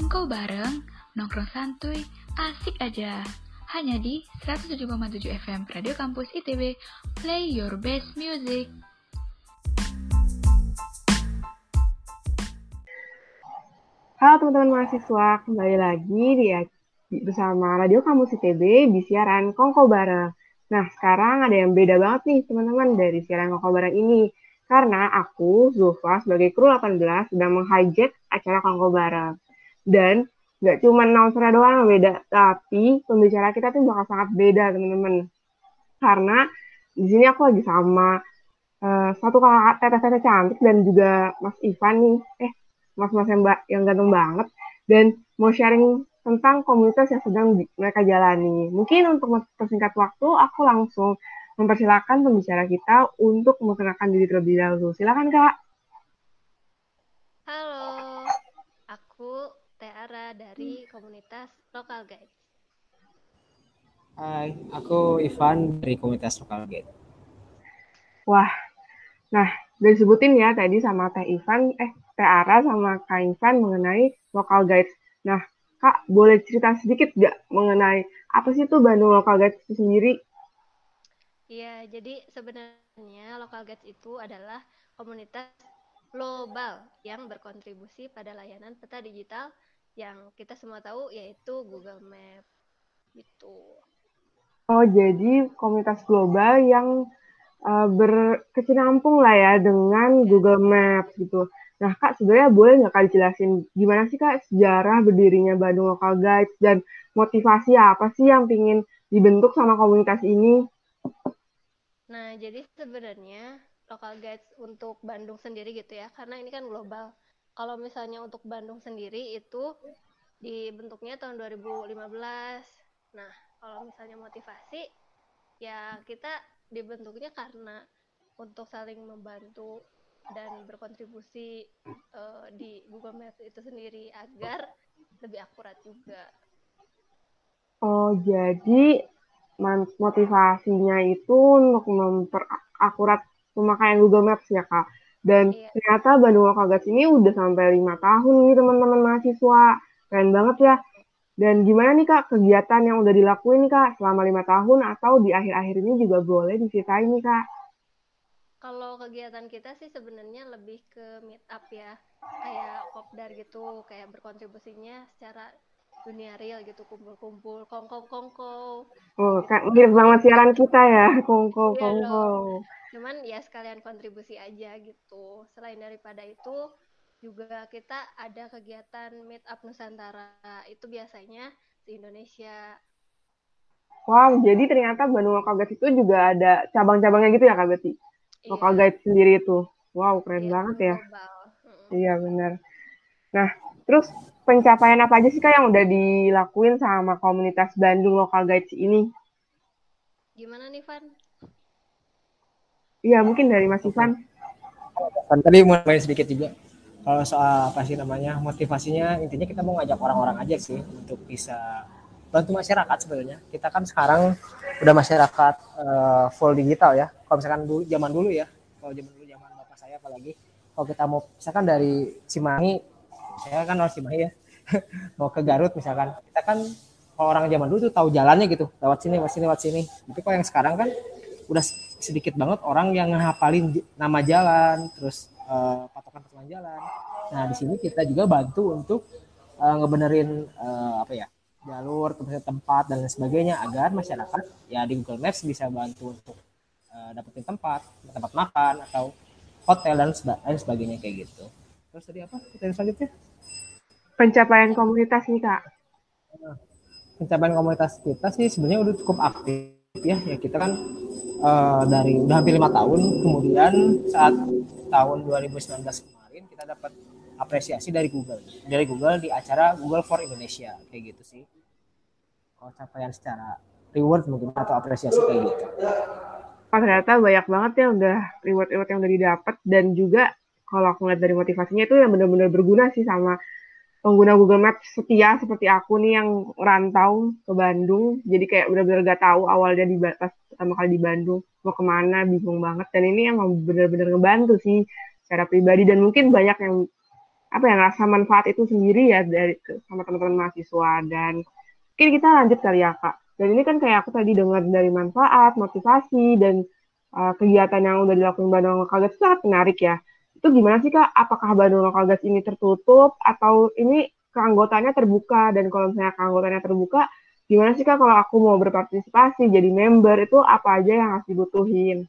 Kongko bareng, nongkrong santuy, asik aja. Hanya di 107,7 FM Radio Kampus ITB. Play your best music. Halo teman-teman mahasiswa, kembali lagi bersama Radio Kampus ITB di siaran Kongko Bareng. Nah, sekarang ada yang beda banget nih teman-teman dari siaran Kongko Bareng ini. Karena aku, Zulfa, sebagai kru 18 sedang meng-hijack acara Kongko Bareng. Dan nggak cuma announcer doang yang beda, tapi pembicara kita tuh bakal sangat beda teman-teman. Karena di sini aku lagi sama satu kakak teteh-teteh cantik dan juga Mas Ivan nih. Mas-mas yang ganteng banget dan mau sharing tentang komunitas yang sedang mereka jalani. Mungkin untuk mempersingkat waktu, aku langsung mempersilakan pembicara kita untuk memperkenalkan diri terlebih dahulu. Silakan, Kak. Halo, aku Tiara dari komunitas Local Guide. Hai, aku Ivan dari komunitas Local Guide. Wah, nah udah disebutin ya tadi sama Teh Ara sama Kak Ivan mengenai Local Guides. Nah, Kak, boleh cerita sedikit nggak mengenai apa sih tuh Bandung Local Guides itu sendiri? Iya, jadi sebenarnya Local Guides itu adalah komunitas global yang berkontribusi pada layanan peta digital yang kita semua tahu yaitu Google Maps. Gitu. Oh, jadi komunitas global yang berkesinambung lah ya dengan Google Maps gitu. Nah, Kak, sebenarnya boleh nggak Kak dijelasin gimana sih Kak sejarah berdirinya Bandung Local Guides dan motivasi apa sih yang ingin dibentuk sama komunitas ini? Nah, jadi sebenarnya Local Guides untuk Bandung sendiri gitu ya, karena ini kan global. Kalau misalnya untuk Bandung sendiri itu dibentuknya tahun 2015. Nah, kalau misalnya motivasi, ya kita dibentuknya karena untuk saling membantu dan berkontribusi di Google Maps itu sendiri agar lebih akurat juga. Oh, jadi motivasinya itu untuk memperakurat pemakaian Google Maps ya, Kak. Dan ternyata Bandung Local Guides ini udah sampai 5 tahun nih teman-teman mahasiswa. Keren banget ya. Dan gimana nih Kak kegiatan yang udah dilakuin nih Kak selama 5 tahun atau di akhir-akhir ini juga boleh diceritain nih Kak? Kalau kegiatan kita sih sebenarnya lebih ke meet up ya, kayak kopdar gitu, kayak berkontribusinya secara dunia real gitu, kumpul-kumpul, kongko. Oh, kan mirip banget siaran kita ya, kongko. Cuman ya sekalian kontribusi aja gitu. Selain daripada itu, juga kita ada kegiatan meet up Nusantara, itu biasanya di Indonesia. Wow, jadi ternyata Bandung Local Guides itu juga ada cabang-cabangnya gitu ya Kak Betty? Local Guides sendiri itu. Wow, keren banget ya. Iya, benar. Nah, terus pencapaian apa aja sih Kak yang udah dilakuin sama komunitas Bandung Local Guides ini? Gimana nih, Van? Iya, mungkin dari Mas Ivan. Tadi mau main sedikit juga. Kalau soal apa sih namanya motivasinya, intinya kita mau ngajak orang-orang aja sih untuk bisa bantu masyarakat sebenarnya. Kita kan sekarang udah masyarakat full digital ya. Kalau misalkan zaman dulu ya, zaman bapak saya apalagi, kalau kita mau misalkan dari Cimahi, saya kan orang Cimahi ya, mau ke Garut misalkan, kita kan kalau orang zaman dulu tuh tahu jalannya gitu, lewat sini. Tapi kalau yang sekarang kan udah sedikit banget orang yang ngehafalin nama jalan, terus patokan jalan. Nah, di sini kita juga bantu untuk ngebenerin jalur, tempat dan lain sebagainya agar masyarakat ya di Google Maps bisa bantu untuk dapetin tempat makan atau hotel dan lain sebagainya kayak gitu. Terus tadi apa? Pertanyaan selanjutnya? Pencapaian komunitas nih Kak. Pencapaian komunitas kita sih sebenarnya udah cukup aktif ya. Ya kita kan dari udah hampir 5 tahun, kemudian saat tahun 2019 kemarin kita dapat apresiasi dari Google di acara Google for Indonesia kayak gitu sih. Kalau capaian secara reward mungkin atau apresiasi kayak gitu. Oh, ternyata banyak banget ya udah reward yang udah didapat dan juga kalau aku lihat dari motivasinya itu yang benar-benar berguna sih sama pengguna Google Maps setia seperti aku nih yang rantau ke Bandung. Jadi kayak benar-benar gak tahu awalnya pas pertama kali di Bandung mau kemana, bingung banget. Dan ini emang benar-benar ngebantu sih secara pribadi dan mungkin banyak yang apa ya, ngerasa manfaat itu sendiri ya dari sama teman-teman mahasiswa. Dan mungkin kita lanjut kali ya Kak. Dan ini kan kayak aku tadi dengar dari manfaat, motivasi, dan kegiatan yang udah dilakukan Bandung Local Guides sangat menarik ya. Itu gimana sih Kak? Apakah Bandung Local Guides ini tertutup atau ini keanggotaannya terbuka? Dan kalau misalnya keanggotaannya terbuka, gimana sih Kak kalau aku mau berpartisipasi jadi member itu apa aja yang harus dibutuhin?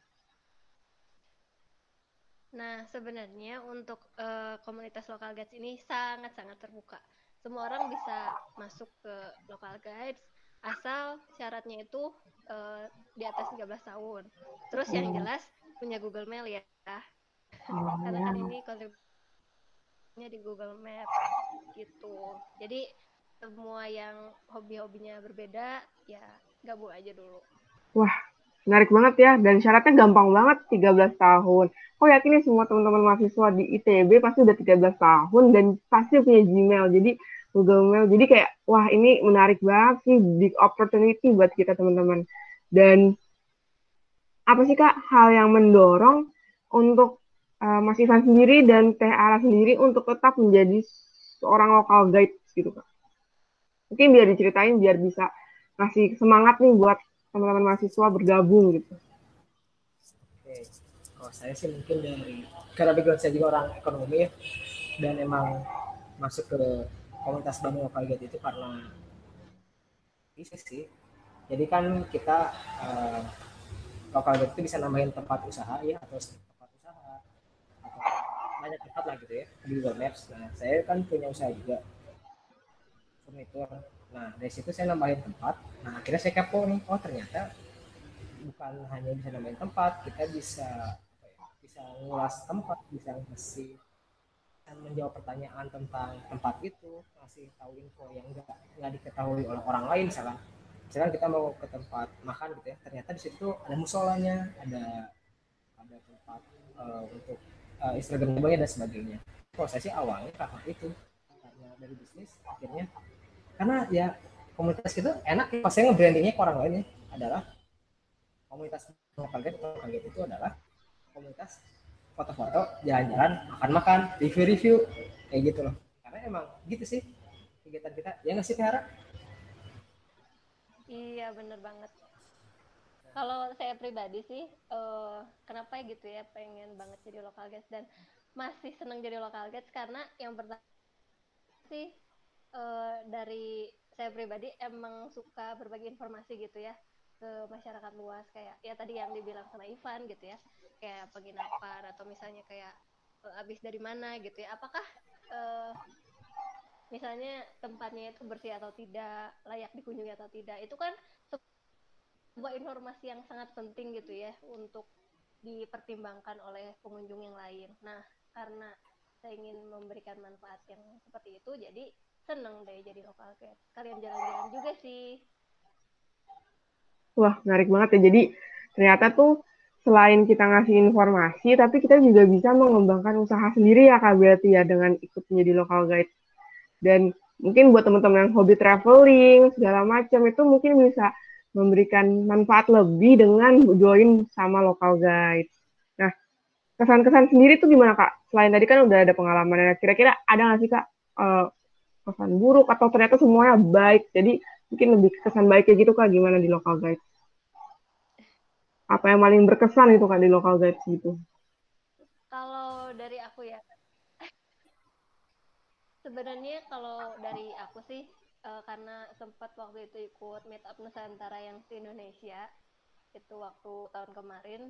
Nah, sebenarnya untuk komunitas Local Guides ini sangat-sangat terbuka. Semua orang bisa masuk ke Local Guides, asal syaratnya itu di atas 13 tahun. Terus yang jelas punya Google Mail ya, karena kan ini kontribusinya di Google Map gitu. Jadi semua yang hobi-hobinya berbeda, ya gabung aja dulu. Wah, menarik banget ya. Dan syaratnya gampang banget, 13 tahun. Aku yakin nih semua teman-teman mahasiswa di ITB pasti udah 13 tahun dan pasti punya Gmail. Jadi Google Mail. Jadi kayak, wah ini menarik banget sih. Big opportunity buat kita teman-teman. Dan apa sih Kak hal yang mendorong untuk Mas Ivan sendiri dan Teh Ara sendiri untuk tetap menjadi seorang local guide gitu Kak? Mungkin biar diceritain biar bisa ngasih semangat nih buat teman-teman mahasiswa bergabung gitu. Oke. Kalau saya sih mungkin dari karena background saya juga orang ekonomi ya, dan emang masuk ke komunitas Bandung Local Guide itu karena bisnis sih. Jadi kan kita uh, local guide itu bisa nambahin tempat usaha ya, atau tempat usaha atau banyak tempat lah gitu ya di Google Maps. Nah saya kan punya usaha juga furnitur. Nah dari situ saya nambahin tempat. Nah akhirnya saya kepo nih, oh ternyata bukan hanya bisa nambahin tempat, kita bisa bisa ngulas tempat, bisa ngasih menjawab pertanyaan tentang tempat itu, ngasih tahu info yang nggak diketahui oleh orang lain. Misalkan kita mau ke tempat makan gitu ya, ternyata di situ ada musolanya, ada tempat untuk Instagram dan sebagainya. Prosesnya awalnya karena itu, karena dari bisnis akhirnya, karena ya komunitas itu enak ya, pas saya nge-brandingnya ke orang lain ya, adalah komunitas lokal itu adalah komunitas foto-foto, jalan-jalan, makan-makan, review-review, kayak gitu loh. Karena emang gitu sih kegiatan kita, ya nggak sih Tiara? Iya, bener banget. Kalau saya pribadi sih, kenapa gitu ya pengen banget jadi local guides dan masih seneng jadi local guides karena yang pertama sih dari saya pribadi emang suka berbagi informasi gitu ya ke masyarakat luas, kayak ya tadi yang dibilang sama Ivan gitu ya, kayak penginapan atau misalnya kayak habis dari mana gitu ya, apakah misalnya tempatnya itu bersih atau tidak, layak dikunjungi atau tidak, itu kan sebuah informasi yang sangat penting gitu ya untuk dipertimbangkan oleh pengunjung yang lain. Nah, karena saya ingin memberikan manfaat yang seperti itu, jadi seneng deh jadi local guide. Kalian jalan-jalan juga sih. Wah, menarik banget ya. Jadi ternyata tuh selain kita ngasih informasi, tapi kita juga bisa mengembangkan usaha sendiri ya Kak berarti ya dengan ikut menjadi local guide. Dan mungkin buat teman-teman yang hobi traveling segala macam itu mungkin bisa memberikan manfaat lebih dengan join sama local guide. Nah, kesan-kesan sendiri tuh gimana Kak? Selain tadi kan udah ada pengalaman, kira-kira ada nggak sih Kak kesan buruk atau ternyata semuanya baik? Jadi mungkin lebih kesan baiknya gitu Kak, gimana di local guide? Apa yang paling berkesan itu Kak di local guide gitu? Kalau dari aku ya, sebenarnya kalau dari aku sih, karena sempat waktu itu ikut Meet Up Nusantara yang di Indonesia, itu waktu tahun kemarin,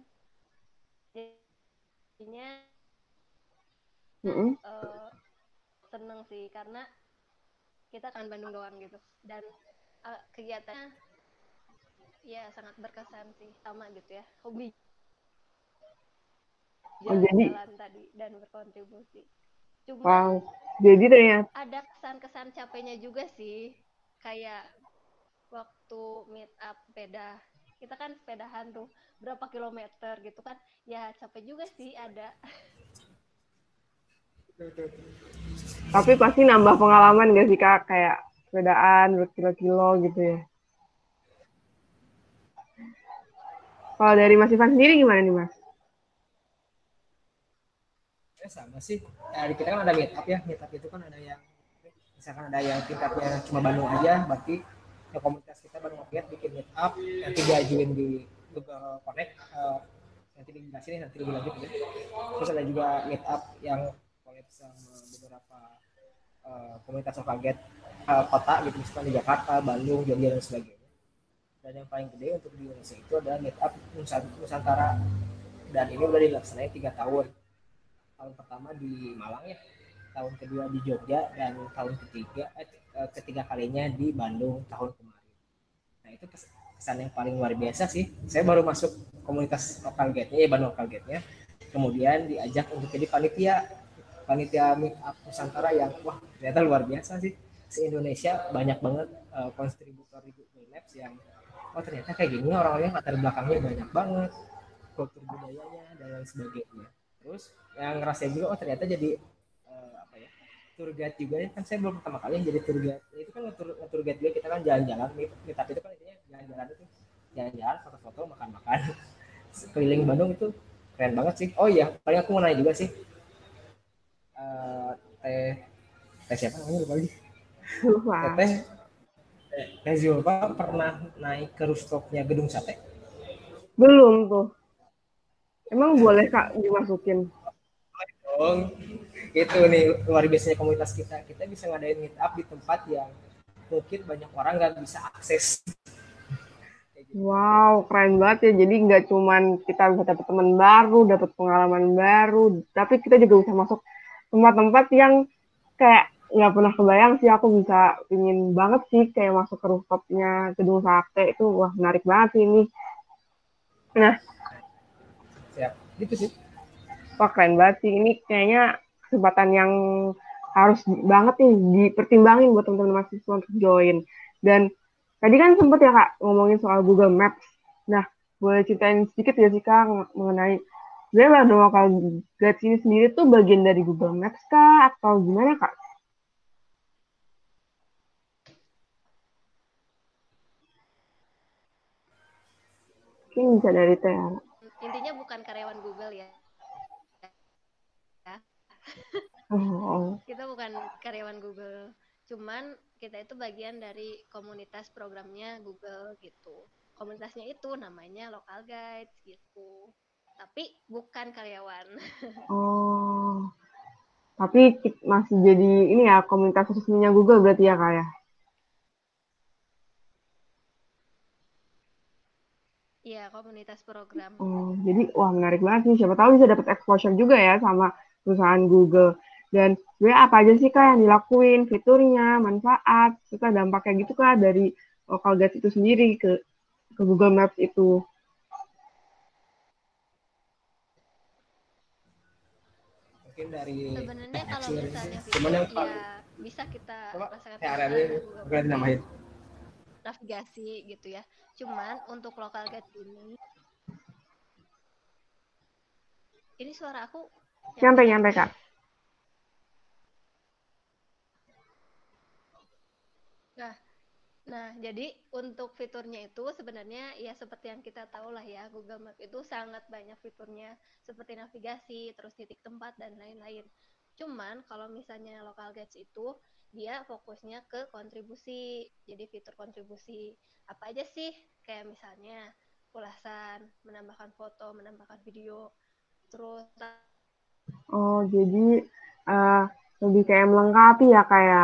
jadinya seneng sih karena kita kan Bandung doang gitu, dan kegiatannya ya sangat berkesan sih, sama gitu ya, hobi jalan-jalan tadi dan berkontribusi. Cuma wow, jadi ternyata ada kesan-kesan capeknya juga sih, kayak waktu meet up sepeda, kita kan sepedahan tuh berapa kilometer gitu kan, ya capek juga sih ada. tapi pasti nambah pengalaman gak sih Kak kayak sepedaan berkilo-kilo gitu ya. Kalau dari Mas Ivan sendiri gimana nih Mas? sebenarnya sama sih. Di kita kan ada meetup ya, meetup itu kan ada yang misalkan ada yang tingkatnya cuma Bandung aja, berarti ya komunitas kita Bandung Upgrade bikin meetup, nanti diajuin di Google Connect, nanti dijelasin nanti lebih lanjut ya. Terus ada juga meetup yang collab sama beberapa komunitas Upgrade kota gitu, misalkan di Jakarta, Bandung, Jogja dan sebagainya. Dan yang paling gede untuk di Indonesia itu adalah meetup Nusantara, dan ini udah dilaksanain 3 tahun. Tahun pertama di Malang ya, tahun kedua di Jogja, dan tahun ketiga kalinya di Bandung tahun kemarin. Nah itu kesan yang paling luar biasa sih. Saya baru masuk komunitas lokal gate-nya, ya Bandung lokal gate-nya, kemudian diajak untuk jadi panitia meetup Nusantara yang wah ternyata luar biasa sih. Se-Indonesia banyak banget kontributor di Google Maps yang oh ternyata kayak gini, orang-orangnya latar belakangnya banyak banget, kultur budayanya dan lain sebagainya. Terus yang ngerasain juga oh ternyata jadi apa ya, tour guide juga ya, kan saya belum pertama kali jadi tour guide. Itu kan tour guide juga, kita kan jalan-jalan nih, tapi itu kan intinya jalan-jalan itu jalan-jalan, foto-foto, makan-makan keliling Bandung. Itu keren banget sih. Oh iya, paling aku mau nanya juga sih, teh teh siapa namanya lupa lagi, teh teh Zulfa pernah naik ke rooftopnya Gedung Sate? Belum tuh. Emang boleh Kak dimasukin? Dong, itu nih luar biasanya komunitas kita bisa ngadain meet up di tempat yang mungkin banyak orang nggak bisa akses. Wow, keren banget ya. Jadi nggak cuman kita bisa dapet teman baru, dapet pengalaman baru, tapi kita juga bisa masuk tempat-tempat yang kayak nggak pernah kebayang sih. Aku bisa ingin banget sih kayak masuk ke rooftopnya Gedung Sate itu. Wah, menarik banget sih ini. Nah, Siap, gitu sih. wah keren banget sih. Ini kayaknya kesempatan yang harus banget nih dipertimbangin buat teman-teman mahasiswa untuk join. Dan tadi kan sempet ya Kak ngomongin soal Google Maps. Nah, boleh ceritain sedikit ya sih Kak mengenai sebenarnya Bandung Local Guides ini sendiri tuh bagian dari Google Maps Kak atau gimana Kak? Mungkin bisa dari Teh. Intinya bukan karyawan Google ya. Oh, Kita bukan karyawan Google. Cuman kita itu bagian dari komunitas programnya Google gitu. Komunitasnya itu namanya Local Guides gitu. Tapi bukan karyawan. oh. Tapi masih jadi ini ya komunitas resminya Google berarti ya Kak ya? Iya, komunitas program. Oh, jadi wah menarik banget sih. Siapa tahu bisa dapat exposure juga ya sama perusahaan Google. Dan sebenarnya apa aja sih Kak yang dilakuin, fiturnya, manfaat, serta dampaknya gitu Kak dari local guides itu sendiri ke Google Maps itu. Mungkin dari Sebenarnya kalau misalnya cuman fitur yang ya bisa kita rasakan kayak penggunaan ini Google bukan Maps dinamain. navigasi gitu ya. Cuman untuk local guide ini suara aku nyampe nggak? Nyampe-nyampe Kak. Nah, Nah, jadi untuk fiturnya itu sebenarnya ya seperti yang kita tahu lah ya, Google Maps itu sangat banyak fiturnya seperti navigasi, terus titik tempat dan lain-lain. Cuman kalau misalnya local guides itu dia fokusnya ke kontribusi. Jadi fitur kontribusi apa aja sih? Kayak misalnya ulasan, menambahkan foto, menambahkan video, terus Oh, jadi eh, lebih kayak melengkapi ya kayak.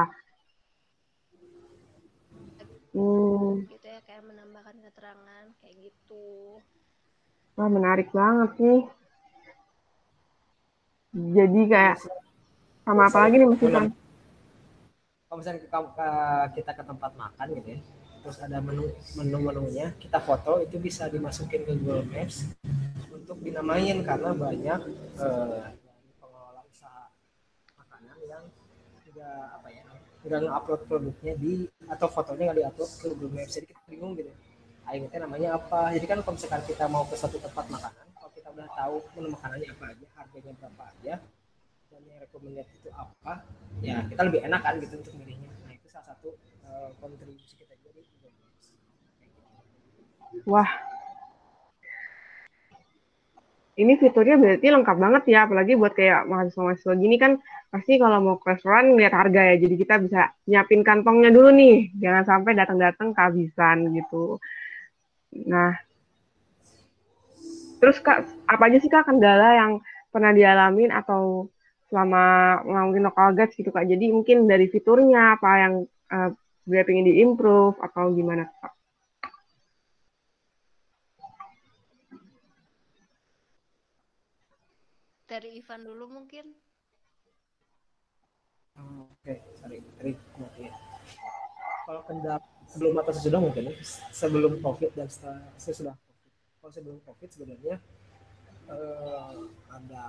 gitu ya kayak menambahkan keterangan kayak gitu. Wah menarik banget sih. Jadi kayak sama apa lagi nih Mas Ivan? Kalau misalnya kita ke tempat makan gitu ya, terus ada menu-menunya, kita foto, itu bisa dimasukin ke Google Maps untuk dinamain, karena banyak pengelola usaha makanan yang nggak apa ya, nggak nge-upload produknya atau fotonya nggak di-upload ke Google Maps, jadi kita bingung gitu. Akhirnya namanya apa? Jadi kan kalau misalkan kita mau ke suatu tempat makanan, kalau kita udah tahu menu makanannya apa aja, harganya berapa aja, dan yang recommended itu apa, ya kita lebih enak kan gitu untuk milihnya. Nah itu salah satu kontribusi kita juga di Google Maps. Wah, ini fiturnya berarti lengkap banget ya, apalagi buat kayak mahasiswa-mahasiswa gini kan pasti kalau mau ke restoran lihat harga ya, jadi kita bisa nyiapin kantongnya dulu nih, jangan sampai datang-datang kehabisan gitu. Nah, terus Kak, apa aja sih Kak kendala yang pernah dialamin atau selama ngelakuin local guides gitu Kak? Jadi mungkin dari fiturnya apa yang gue pengen di-improve atau gimana Kak? Dari Ivan dulu mungkin. Oke, sorry, tadi mati ya. Kalau kendala sebelum atau sesudah mungkin ya, sebelum COVID dan sesudah COVID. Kalau sebelum COVID sebenarnya ada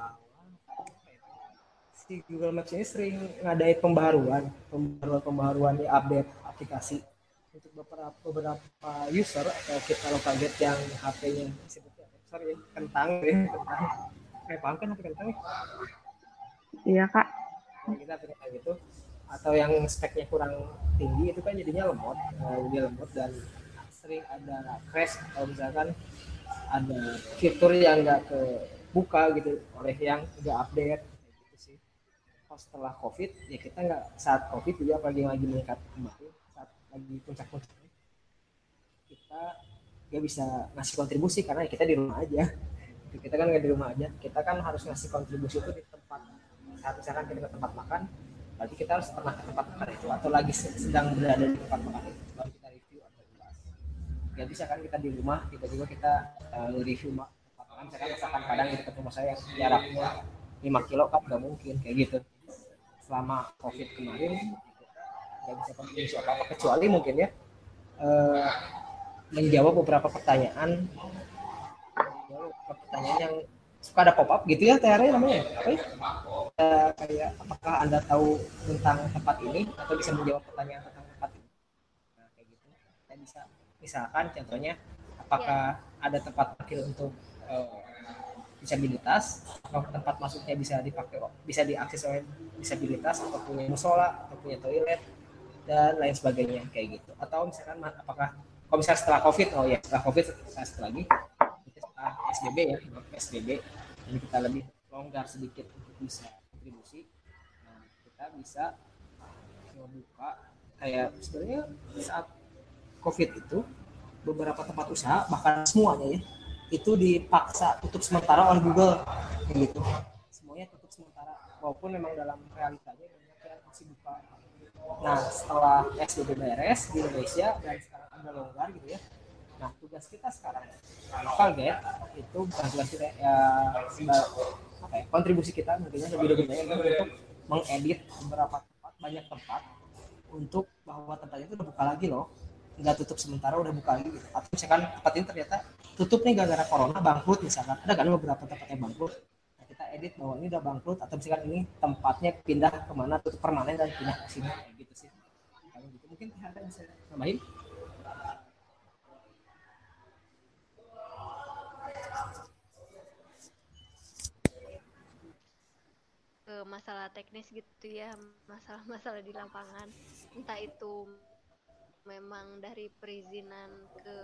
si Google Maps ini sering ngadain pembaruan ya, update aplikasi untuk beberapa user atau kita lo kaget yang HP-nya sebutnya sorry ya, kentang paham kan HP kentang ya? Iya Kak. Nah, kita kentang gitu atau yang speknya kurang tinggi itu kan jadinya lemot, jadi lemot dan sering ada crash atau misalkan ada fitur yang nggak kebuka gitu oleh yang nggak update gitu sih. Setelah COVID ya kita nggak saat COVID juga apalagi lagi meningkat kemarin saat lagi puncak-puncaknya kita nggak bisa ngasih kontribusi karena kita di rumah aja. Kita kan nggak di rumah aja, kita kan harus ngasih kontribusi itu di tempat saat misalkan kita ke tempat makan berarti kita harus pernah ke tempat makan itu atau lagi sedang berada di tempat makan itu baru kita review atau bahas. Gak bisa kan kita di rumah tiba-tiba kita review tempat makan misalkan Padang di dekat rumah saya yang jaraknya 5 kilo kan nggak mungkin kayak gitu. Selama COVID kemarin nggak bisa kontribusi apa-apa kecuali mungkin ya menjawab beberapa pertanyaan yang suka ada pop up gitu ya TR namanya apa ya? Kayak apakah Anda tahu tentang tempat ini atau bisa menjawab pertanyaan tentang tempat ini. Nah, kayak gitu. Kita bisa misalkan contohnya apakah ada tempat parkir untuk disabilitas atau tempat masuknya bisa dipakai bisa diakses oleh disabilitas atau punya musola atau punya toilet dan lain sebagainya kayak gitu. Atau misalkan apakah kalau misalnya setelah COVID setelah COVID setelah lagi setelah PSBB ya PSBB ini kita lebih longgar sedikit untuk bisa kontribusi. Nah, kita bisa membuka kayak sebenarnya saat COVID itu beberapa tempat usaha bahkan semuanya ya itu dipaksa tutup sementara oleh Google kayak gitu. Semuanya tutup sementara walaupun memang dalam realitanya banyak yang masih buka. Nah, setelah PSBB beres di Indonesia dan sekarang ada longgar gitu ya. Nah, tugas kita sekarang local guide itu bukan tugas kita ya kontribusi kita mungkinnya lebih banyak untuk mengedit beberapa tempat, banyak tempat untuk bahwa tempat itu udah buka lagi loh, nggak tutup sementara udah buka lagi gitu. Atau misalkan tempat ini ternyata tutup nih gara-gara corona bangkrut misalkan, ada kan beberapa tempat yang bangkrut. Nah, kita edit bahwa ini udah bangkrut atau misalkan ini tempatnya pindah kemana tutup permanen dan pindah ke sini kayak gitu sih. Kalau gitu mungkin ada bisa nambahin. Ke masalah teknis gitu ya, masalah-masalah di lapangan, entah itu memang dari perizinan ke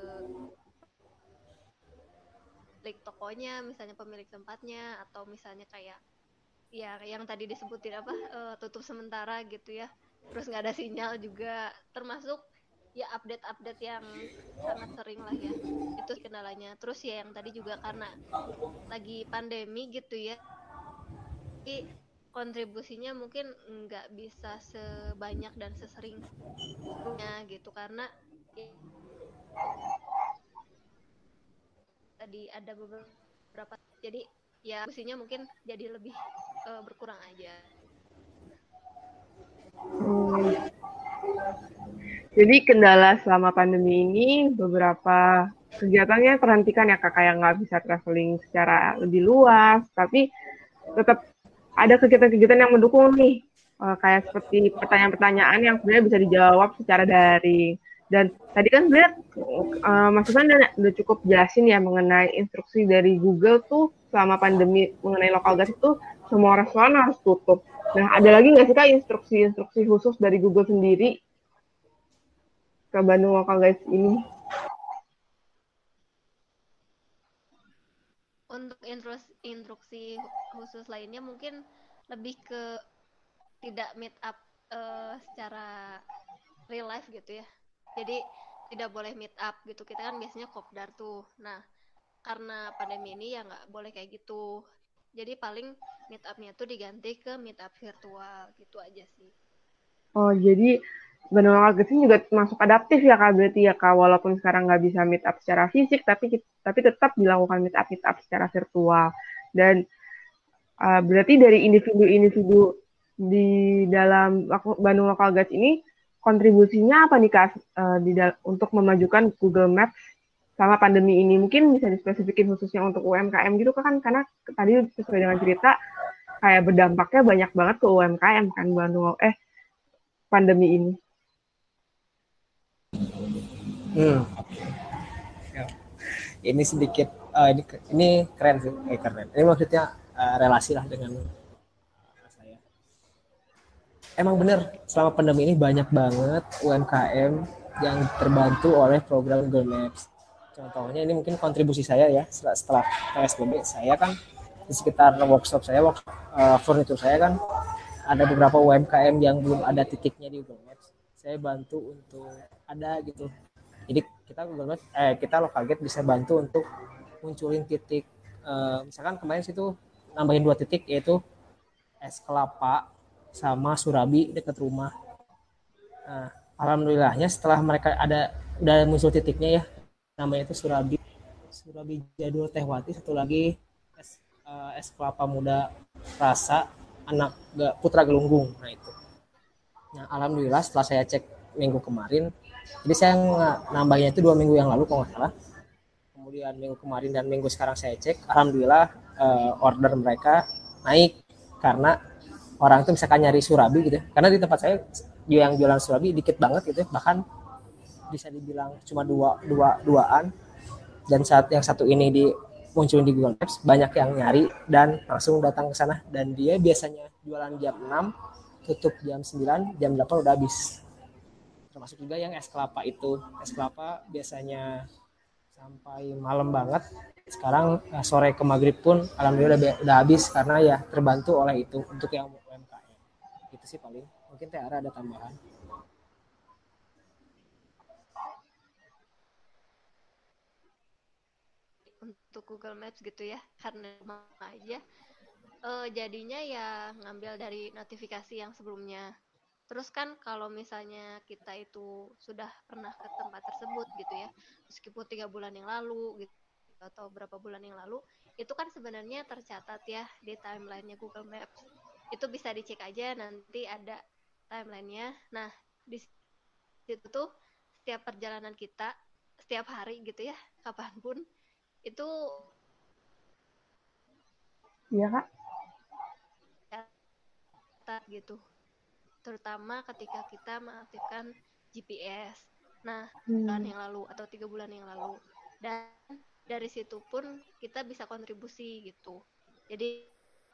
pemilik tokonya, misalnya pemilik tempatnya, atau misalnya kayak ya yang tadi disebutin apa tutup sementara gitu ya, terus nggak ada sinyal juga, termasuk ya update-update yang sangat sering lah ya, itu kendalanya. Terus ya yang tadi juga karena lagi pandemi gitu ya, jadi kontribusinya mungkin nggak bisa sebanyak dan seseringnya gitu karena ya, tadi ada beberapa jadi ya kontribusinya mungkin jadi lebih berkurang aja. Jadi kendala selama pandemi ini beberapa kegiatannya terhentikan ya Kak, kayak nggak bisa traveling secara lebih luas, tapi tetap ada kegiatan-kegiatan yang mendukung nih, kayak seperti pertanyaan-pertanyaan yang sebenarnya bisa dijawab secara daring. Dan tadi kan sebenarnya Mas Ivan udah cukup jelasin ya mengenai instruksi dari Google tuh selama pandemi mengenai local guide itu semua restoran harus tutup. Nah, ada lagi nggak sih Kak instruksi-instruksi khusus dari Google sendiri ke Bandung Local Guys ini? Untuk instruksi khusus lainnya mungkin lebih ke tidak meet up secara real life gitu ya. Jadi tidak boleh meet up gitu. Kita kan biasanya kopdar tuh. Nah, karena pandemi ini ya nggak boleh kayak gitu. Jadi paling meet up-nya tuh diganti ke meet up virtual gitu aja sih. Oh, jadi Bandung Local Games ini juga masuk adaptif ya Kak, berarti ya Kak, walaupun sekarang nggak bisa meet up secara fisik, tapi tetap dilakukan meet up secara virtual. Dan berarti dari individu-individu di dalam Bandung Local Guides ini kontribusinya apa nih Kak untuk memajukan Google Maps sama pandemi ini? Mungkin bisa dispesifikin khususnya untuk UMKM gitu kan, karena tadi sesuai dengan cerita kayak berdampaknya banyak banget ke UMKM kan pandemi ini. Ini sedikit ini keren sih, keren. Ini maksudnya relasi lah dengan saya. Emang benar, selama pandemi ini banyak banget UMKM yang terbantu oleh program Google Maps. Contohnya ini mungkin kontribusi saya ya, setelah PSBB saya kan di sekitar workshop saya, furnitur saya kan ada beberapa UMKM yang belum ada titiknya di Google Maps. Saya bantu untuk ada gitu. Jadi kita Local Guide bisa bantu untuk munculin titik. Misalkan kemarin situ nambahin 2 titik, yaitu Es Kelapa sama Surabi dekat rumah. Nah, alhamdulillahnya setelah mereka udah muncul titiknya ya, namanya itu Surabi Jadul Tehwati, satu lagi Es Kelapa Muda Rasa anak Putra Gelunggung. Nah itu. Nah, alhamdulillah setelah saya cek minggu kemarin, jadi saya nambahnya itu 2 minggu yang lalu kalau nggak salah. Kemudian minggu kemarin dan minggu sekarang saya cek, alhamdulillah order mereka naik karena orang itu misalkan nyari Surabi gitu. Karena di tempat saya yang jualan Surabi dikit banget gitu, bahkan bisa dibilang cuma duaan. Dan saat yang satu ini munculin di Google Maps, banyak yang nyari dan langsung datang ke sana. Dan dia biasanya jualan jam 6, tutup jam 9, jam 8 udah habis. Termasuk juga yang es kelapa itu. Es kelapa biasanya sampai malam banget. Sekarang sore ke maghrib pun alhamdulillah udah habis karena ya terbantu oleh itu untuk yang UMKM. Itu sih paling. Mungkin Tiara ada tambahan. Untuk Google Maps gitu ya, karena rumah aja jadinya ya ngambil dari notifikasi yang sebelumnya. Terus kan kalau misalnya kita itu sudah pernah ke tempat tersebut gitu ya, meskipun 3 bulan yang lalu gitu atau berapa bulan yang lalu, itu kan sebenarnya tercatat ya di timeline-nya Google Maps. Itu bisa dicek aja, nanti ada timeline-nya. Nah, di situ tuh setiap perjalanan kita, setiap hari gitu ya, kapanpun, itu Iya Kak. catat gitu. Terutama ketika kita mengaktifkan GPS. Nah, bulan yang lalu atau 3 bulan yang lalu. Dan dari situ pun kita bisa kontribusi gitu. Jadi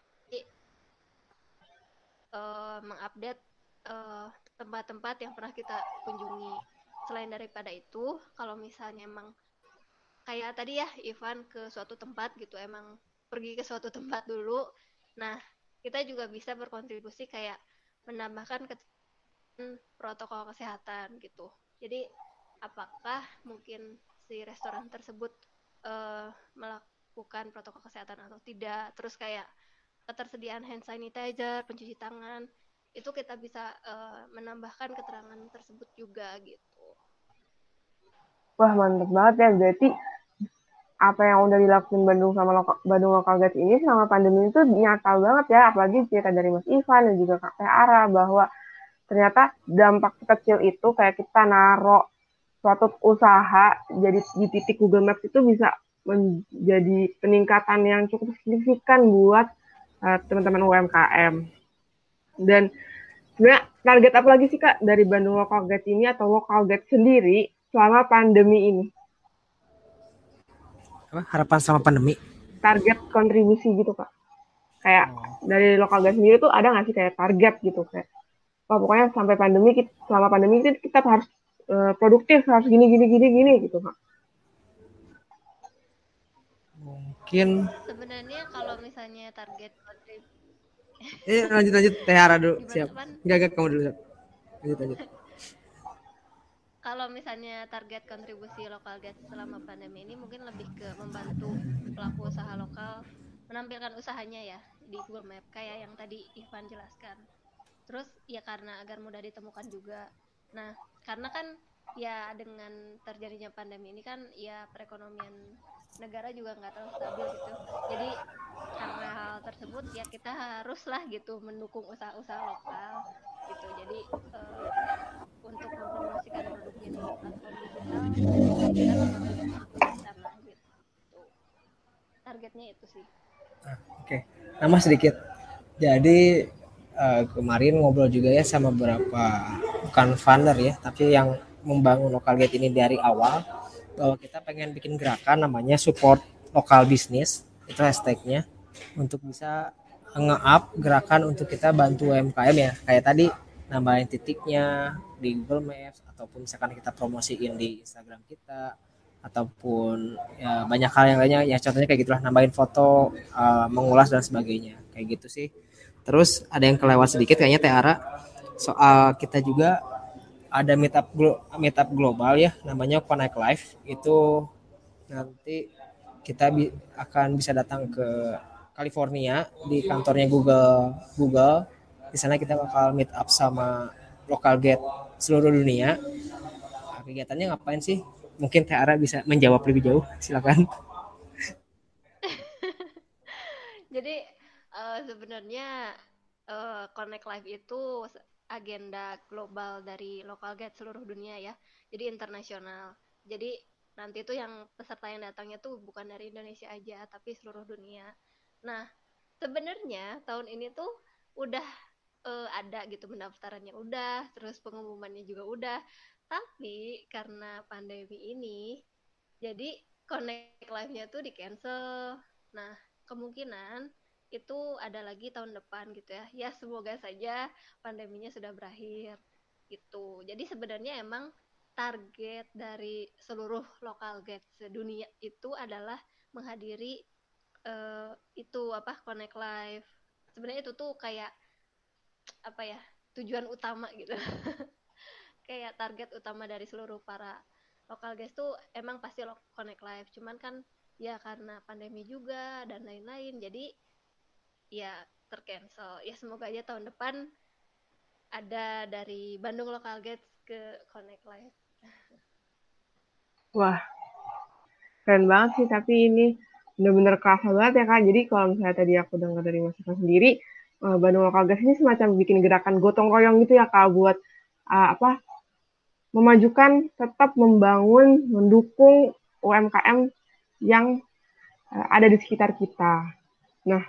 mengupdate tempat-tempat yang pernah kita kunjungi. Selain daripada itu, kalau misalnya emang kayak tadi ya Ivan ke suatu tempat gitu, emang pergi ke suatu tempat dulu. Nah, kita juga bisa berkontribusi kayak menambahkan protokol kesehatan gitu. Jadi apakah mungkin si restoran tersebut melakukan protokol kesehatan atau tidak? Terus kayak ketersediaan hand sanitizer, pencuci tangan, itu kita bisa menambahkan keterangan tersebut juga gitu. Wah, mantap banget ya. Berarti apa yang udah dilakuin Bandung Local Guides ini selama pandemi itu nyata banget ya. Apalagi cerita dari Mas Ivan dan juga Kak Ara bahwa ternyata dampak kecil itu kayak kita naruh suatu usaha jadi di titik Google Maps itu bisa menjadi peningkatan yang cukup signifikan buat teman-teman UMKM. Dan sebenarnya target apa lagi sih Kak dari Bandung Local Guides ini atau Local Guides sendiri selama pandemi ini? Apa harapan selama pandemi? Target kontribusi gitu Kak. Kayak dari Local Guides sendiri tuh ada nggak sih kayak target gitu kayak pokoknya sampai selama pandemi kita harus produktif, harus gini gitu Kak. Mungkin sebenarnya kalau misalnya target lanjut Tehara dulu. gimana Siap. Pan? Enggak kamu dulu. Lanjut. Kalau misalnya target kontribusi lokal guide selama pandemi ini mungkin lebih ke membantu pelaku usaha lokal menampilkan usahanya ya di Google Map kayak yang tadi Ivan jelaskan. Terus ya karena agar mudah ditemukan juga. Nah, karena kan ya dengan terjadinya pandemi ini kan ya perekonomian negara juga nggak terlalu stabil gitu. Jadi karena hal tersebut ya kita haruslah gitu mendukung usaha-usaha lokal gitu. Jadi untuk mempromosikan produknya di platform digital ya kita membantu distribusi di sana gitu. Targetnya itu sih. Oke. Nama sedikit. Jadi kemarin ngobrol juga ya sama beberapa bukan founder ya, tapi yang membangun lokal gate ini dari awal bahwa kita pengen bikin gerakan namanya support lokal bisnis, itu hashtagnya, untuk bisa nge-up gerakan untuk kita bantu UMKM ya, kayak tadi nambahin titiknya di Google Maps ataupun misalkan kita promosiin di Instagram kita ataupun ya banyak hal yang lainnya ya, contohnya kayak gitulah, nambahin foto, mengulas dan sebagainya kayak gitu sih. Terus ada yang kelewat sedikit kayaknya Tiara, soal kita juga ada meetup global ya, namanya Connect Live. Itu nanti kita akan bisa datang ke California di kantornya Google. Di sana kita bakal meet up sama local guide seluruh dunia. Nah, kegiatannya ngapain sih? Mungkin Tiara bisa menjawab lebih jauh, silakan. Jadi sebenarnya Connect Live itu agenda global dari local guide seluruh dunia ya. Jadi internasional. Jadi nanti itu yang peserta yang datangnya tuh bukan dari Indonesia aja, tapi seluruh dunia. Nah, sebenarnya tahun ini tuh udah ada gitu pendaftarannya udah, terus pengumumannya juga udah. Tapi karena pandemi ini, jadi Connect Live-nya tuh di-cancel. Nah, kemungkinan itu ada lagi tahun depan gitu ya. Ya semoga saja pandeminya sudah berakhir gitu. Jadi sebenarnya emang target dari seluruh local guides sedunia itu adalah menghadiri itu Connect Live. Sebenarnya itu tuh kayak tujuan utama gitu. Kayak target utama dari seluruh para local guys tuh emang pasti Connect Live. Cuman kan ya karena pandemi juga dan lain-lain, jadi ya tercancel. Ya semoga aja tahun depan ada dari Bandung Local Guides ke Connect Live. Wah, keren banget sih, tapi ini bener-bener kerasa banget ya Kak. Jadi kalau misalnya tadi aku dengar dari Mas Ika sendiri, Bandung Local Guys ini semacam bikin gerakan gotong royong gitu ya Kak, buat memajukan, tetap membangun, mendukung UMKM yang ada di sekitar kita. Nah,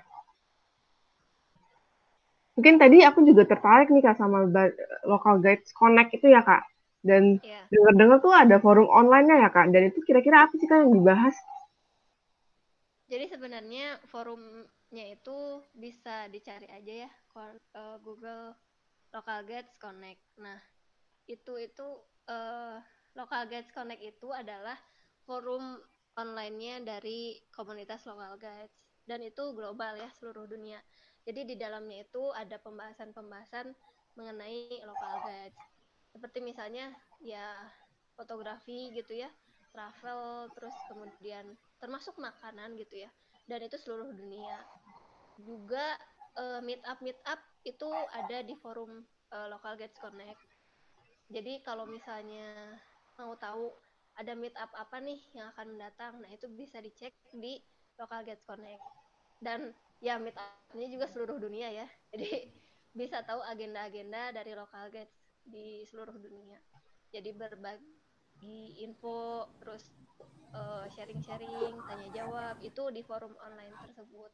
mungkin tadi aku juga tertarik nih Kak sama Local Guides Connect itu ya Kak. Dan dengar-dengar tuh ada forum online-nya ya Kak. Dan itu kira-kira apa sih Kak yang dibahas? Jadi sebenarnya forumnya itu bisa dicari aja ya, Google Local Guides Connect. Nah, itu Local Guides Connect itu adalah forum online-nya dari komunitas Local Guides, dan itu global ya, seluruh dunia. Jadi di dalamnya itu ada pembahasan-pembahasan mengenai Local Guides. Seperti misalnya ya fotografi gitu ya, travel, terus kemudian termasuk makanan gitu ya. Dan itu seluruh dunia. Juga meet up itu ada di forum Local Guides Connect. Jadi kalau misalnya mau tahu ada meet up apa nih yang akan mendatang, nah itu bisa dicek di Local Guides Connect. Dan ya meet up-nya juga seluruh dunia ya. Jadi bisa tahu agenda-agenda dari Local Guides di seluruh dunia. Jadi berbagi info, terus sharing-sharing, tanya jawab itu di forum online tersebut.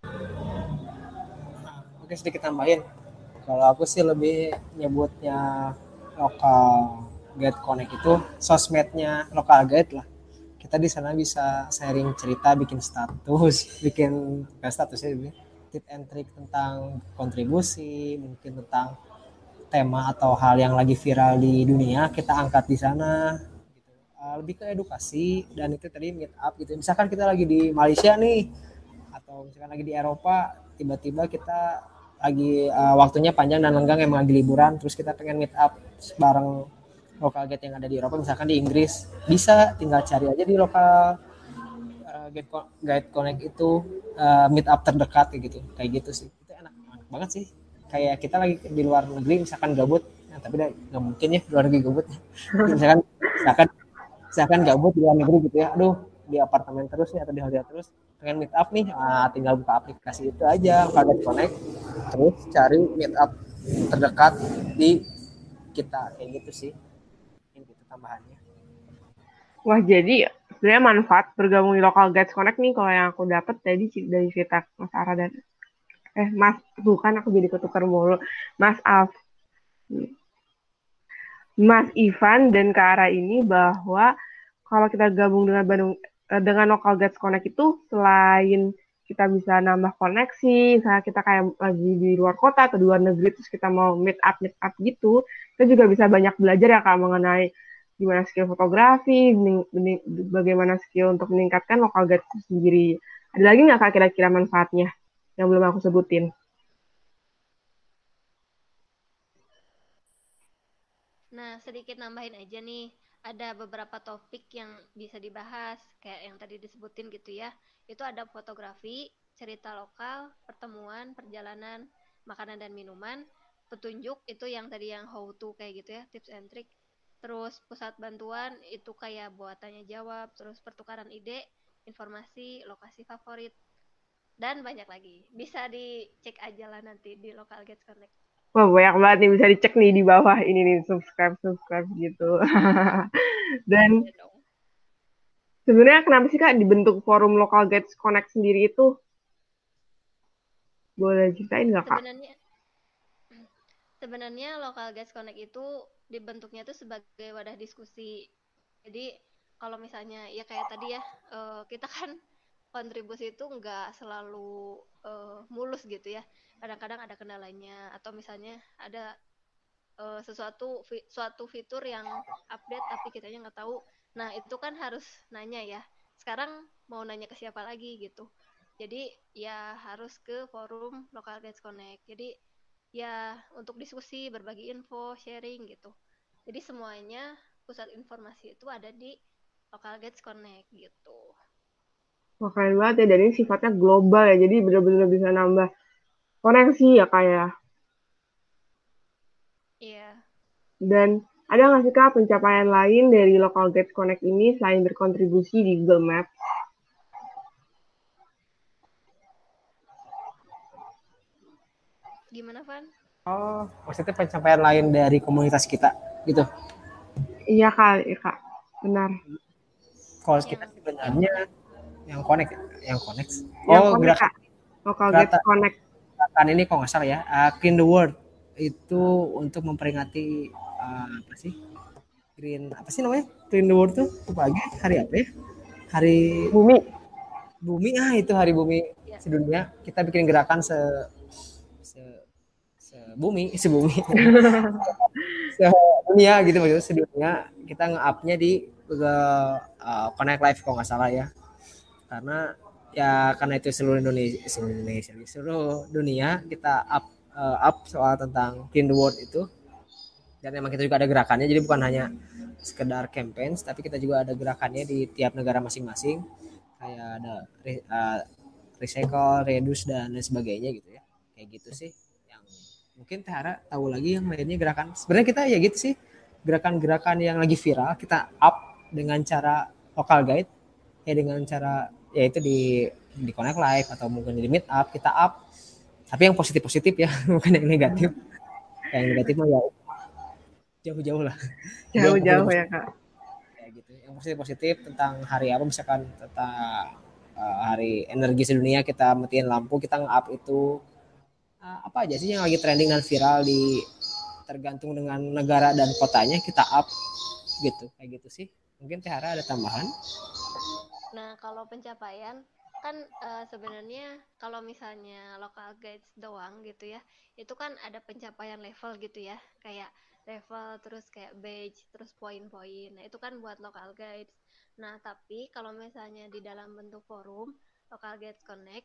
Oke, sedikit tambahin. Kalau aku sih lebih nyebutnya Local Guide Connect itu sosmednya Local Guide lah. Kita di sana bisa sharing cerita, bikin statusnya tip and trick tentang kontribusi, mungkin tentang tema atau hal yang lagi viral di dunia kita angkat di sana. Gitu. Lebih ke edukasi, dan itu tadi meet up gitu. Misalkan kita lagi di Malaysia nih, atau atau misalkan lagi di Eropa tiba-tiba kita lagi waktunya panjang dan lenggang emang lagi liburan terus kita pengen meet up bareng lokal guide yang ada di Eropa misalkan di Inggris bisa tinggal cari aja di lokal guide connect itu meet up terdekat kayak gitu sih itu enak banget sih kayak kita lagi di luar negeri misalkan gabut tapi nggak mungkin ya luar negeri gabut misalkan misalkan misalkan gabut di luar negeri gitu ya aduh di apartemen terus nih atau di hotel terus pengen meet up nih tinggal buka aplikasi itu aja Guide Connect terus cari meet up terdekat di kita kayak gitu sih ini gitu tambahannya. Wah, jadi sebenarnya manfaat bergabung di Local Guides Connect nih kalau yang aku dapat tadi dari cerita Mas Ara dan Mas, bukan aku jadi ketukar mulu. Mas Mas Ivan dan Kak Ara ini bahwa kalau kita gabung dengan Local Guides Connect itu selain kita bisa nambah koneksi, misalnya kita kayak lagi di luar kota atau di luar negeri terus kita mau meet up gitu, kita juga bisa banyak belajar ya Kak mengenai gimana skill fotografi, bagaimana skill untuk meningkatkan local guides itu sendiri. Ada lagi nggak Kak kira-kira manfaatnya yang belum aku sebutin? Nah, sedikit nambahin aja nih, ada beberapa topik yang bisa dibahas, kayak yang tadi disebutin gitu ya. Itu ada fotografi, cerita lokal, pertemuan, perjalanan, makanan dan minuman, petunjuk, itu yang tadi yang how to kayak gitu ya, tips and trick. Terus pusat bantuan, itu kayak buat tanya jawab, terus pertukaran ide, informasi, lokasi favorit, dan banyak lagi. Bisa dicek aja lah nanti di Local Guides Connect. Wah, banyak banget nih bisa dicek nih di bawah ini nih subscribe gitu. Dan sebenarnya kenapa sih Kak dibentuk forum Local Guides Connect sendiri itu? Boleh ceritain nggak Kak? Sebenarnya Local Guides Connect itu dibentuknya tuh sebagai wadah diskusi. Jadi kalau misalnya ya kayak tadi ya, kita kan kontribusi itu nggak selalu mulus gitu ya. Kadang-kadang ada kendalanya atau misalnya ada suatu fitur yang update tapi kitanya nggak tahu. Nah itu kan harus nanya ya. Sekarang mau nanya ke siapa lagi gitu. Jadi ya harus ke forum Local Guides Connect. Jadi ya untuk diskusi, berbagi info, sharing gitu. Jadi semuanya pusat informasi itu ada di Local Guides Connect gitu. Wah, keren banget ya. Dan ini sifatnya global ya. Jadi benar-benar bisa nambah koneksi ya Kak ya. Iya. Dan ada nggak sih Kak pencapaian lain dari Local Guides Connect ini selain berkontribusi di Google Maps? Gimana, Van? Oh, maksudnya pencapaian lain dari komunitas kita gitu. Iya Kak, iya Kak. Benar. Kalau kita sebenarnya yang connect. Yang Oh, connect Kak. Local Guides Connect. Gerakan ini kok nggak salah ya, Clean the World itu untuk memperingati apa sih? Apa sih namanya? Clean the World tuh pagi hari apa ya? Hari Bumi itu hari Bumi sedunia. Kita bikin gerakan sebumi sedunia gitu maksudnya sedunia kita nge-up-nya di Google Connect Live kalau nggak salah ya karena itu seluruh dunia kita up soal tentang clean the world itu dan emang kita juga ada gerakannya jadi bukan hanya sekedar campaign tapi kita juga ada gerakannya di tiap negara masing-masing kayak ada recycle, reduce dan lain sebagainya gitu ya kayak gitu sih yang mungkin Tehara tahu lagi yang lainnya gerakan sebenarnya kita ya gitu sih gerakan-gerakan yang lagi viral kita up dengan cara local guide ya dengan cara yaitu di connect live atau mungkin di meet up kita up tapi yang positif ya bukan yang negatif yang negatif mah ya jauh-jauh lah jauh-jauh ya Kak kayak gitu yang positif tentang hari apa misalkan tentang hari energi sedunia kita matiin lampu kita nge-up itu apa aja sih yang lagi trending dan viral di tergantung dengan negara dan kotanya kita up gitu kayak gitu sih mungkin Tehara ada tambahan. Nah kalau pencapaian kan sebenarnya kalau misalnya local guides doang gitu ya itu kan ada pencapaian level gitu ya kayak level terus kayak badge terus poin-poin nah itu kan buat local guides nah tapi kalau misalnya di dalam bentuk forum Local Guides Connect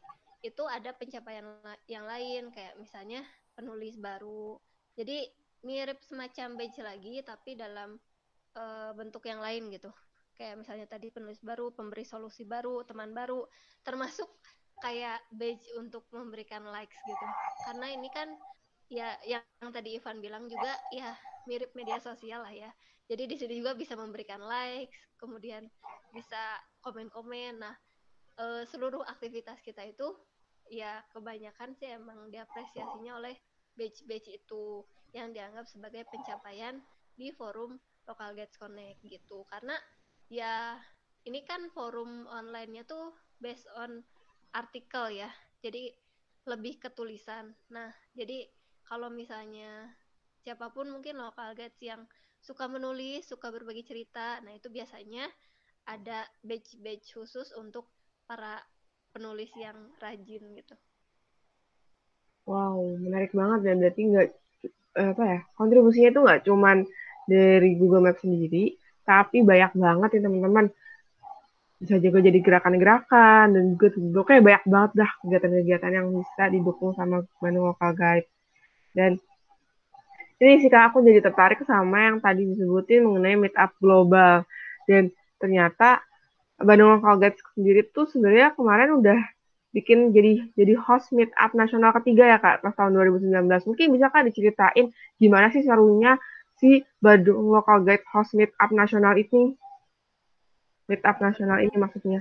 itu ada pencapaian yang lain kayak misalnya penulis baru. Jadi mirip semacam badge lagi tapi dalam bentuk yang lain gitu. Kayak misalnya tadi penulis baru, pemberi solusi baru, teman baru, termasuk kayak badge untuk memberikan likes gitu. Karena ini kan ya yang tadi Ivan bilang juga ya mirip media sosial lah ya. Jadi di sini juga bisa memberikan likes, kemudian bisa komen-komen. Nah, seluruh aktivitas kita itu ya kebanyakan sih emang diapresiasinya oleh badge-badge itu yang dianggap sebagai pencapaian di forum Local Guides Connect gitu. Karena ya ini kan forum online-nya tuh based on artikel ya. Jadi lebih ke tulisan. Nah, jadi kalau misalnya siapapun mungkin local guides yang suka menulis, suka berbagi cerita, nah itu biasanya ada badge-badge khusus untuk para penulis yang rajin gitu. Wow, menarik banget ya. Berarti nggak apa ya, kontribusinya itu nggak cuman dari Google Maps sendiri, tapi banyak banget ya teman-teman. Bisa juga jadi gerakan-gerakan dan juga kayak banyak banget dah kegiatan-kegiatan yang bisa didukung sama Bandung Local Guide. Dan ini sih Kak, aku jadi tertarik sama yang tadi disebutin mengenai meetup global. Dan ternyata Bandung Local Guides sendiri tuh sebenarnya kemarin udah bikin jadi host meetup nasional ketiga ya Kak, pas tahun 2019. Mungkin bisa Kak diceritain gimana sih serunya si Bandung Local Guide host meetup nasional ini? Meetup nasional ini maksudnya.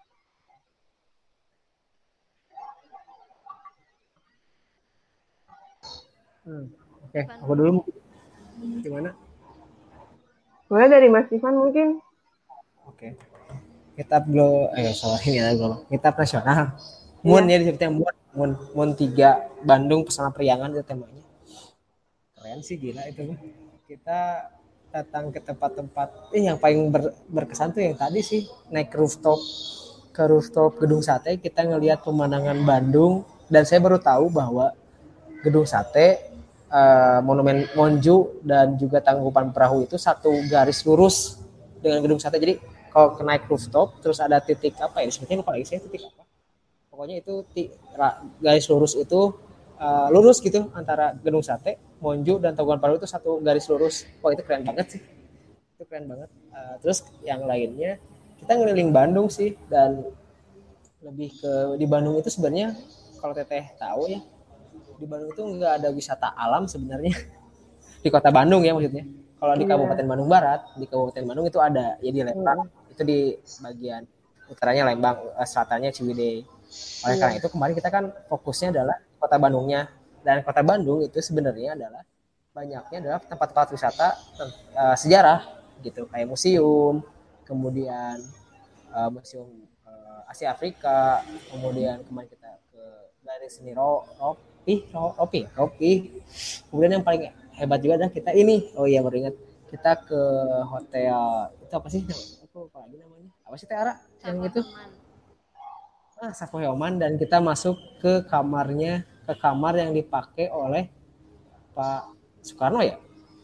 Oke, aku dulu gimana? Boleh dari Mas Ivan mungkin? Oke. Kitab sorry ini ya Kitab nasional. Mun ya disebutnya Mun 3 Bandung Pesona Priangan itu temanya. Keren sih gila itu. Kita datang ke tempat-tempat yang paling berkesan tuh yang tadi sih naik ke rooftop Gedung Sate kita ngelihat pemandangan Bandung dan saya baru tahu bahwa Gedung Sate Monumen Monju dan juga Tangkuban Perahu itu satu garis lurus dengan Gedung Sate. Jadi kalau naik rooftop terus ada titik apa ya sebetulnya lupa lagi saya titik apa. Pokoknya itu garis lurus itu lurus gitu antara Gedung Sate, Monju dan Tangkuban Perahu itu satu garis lurus. Wah itu keren banget sih. Itu keren banget. Terus yang lainnya kita ngeliling Bandung sih dan lebih ke di Bandung itu sebenarnya kalau Teteh tahu ya di Bandung itu nggak ada wisata alam sebenarnya di kota Bandung ya maksudnya. Kalau di Kabupaten Bandung Barat, di Kabupaten Bandung itu ada ya di Lembang, itu di bagian utaranya Lembang, selatannya Ciwidey. Oleh karena itu kemarin kita kan fokusnya adalah kota Bandungnya dan kota Bandung itu sebenarnya adalah banyaknya adalah tempat-tempat wisata sejarah gitu kayak museum, kemudian museum Asia Afrika, kemudian kemarin kita ke dari seni Ropi. Kemudian yang paling hebat juga adalah kita ini, oh iya baru ingat, kita ke hotel itu apa sih? Aku lupa lagi namanya. Apa sih Tiara? Yang itu? Savoy Oman dan kita masuk ke kamar yang dipakai oleh Pak Soekarno ya?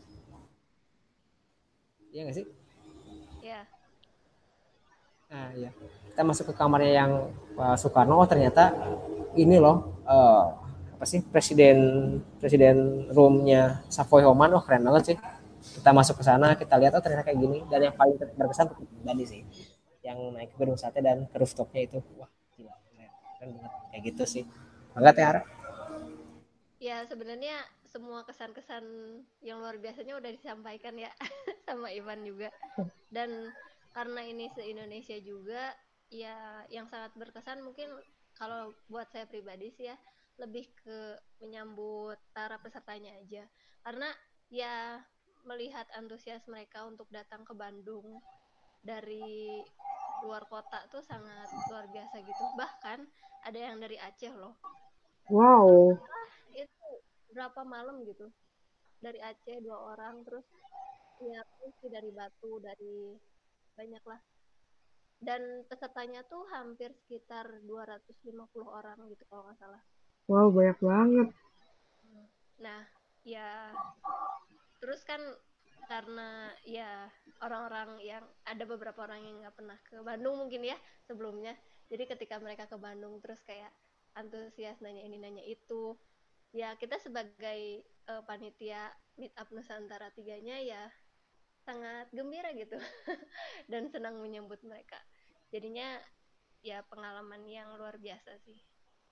Iya nggak sih? Iya. Nah, ya. Kita masuk ke kamarnya yang Pak Soekarno. Oh ternyata ini loh apa sih presiden roomnya Savoy Oman. Oh keren banget sih. Kita masuk ke sana, kita lihat oh ternyata kayak gini. Dan yang paling berkesan tadi sih, yang naik ke Gedung Sate dan ke rooftopnya itu, wah gila, keren banget kayak gitu sih. Banget ya Ara? Ya sebenarnya semua kesan-kesan yang luar biasanya udah disampaikan ya sama Ivan juga. Dan karena ini se-Indonesia juga, ya yang sangat berkesan mungkin kalau buat saya pribadi sih ya, lebih ke menyambut para pesertanya aja. Karena ya melihat antusias mereka untuk datang ke Bandung dari luar kota tuh sangat luar biasa gitu. Bahkan ada yang dari Aceh loh. Wow. Itu berapa malam gitu. Dari Aceh 2 orang, terus ya dari Batu, dari banyak lah. Dan pesertanya tuh hampir sekitar 250 orang gitu kalau nggak salah. Wow, banyak banget. Nah, ya terus kan karena ya orang-orang yang ada beberapa orang yang nggak pernah ke Bandung mungkin ya sebelumnya. Jadi ketika mereka ke Bandung terus kayak antusias nanya ini nanya itu. Ya kita sebagai panitia Meetup Nusantara 3-nya ya sangat gembira gitu dan senang menyambut mereka. Jadinya ya pengalaman yang luar biasa sih.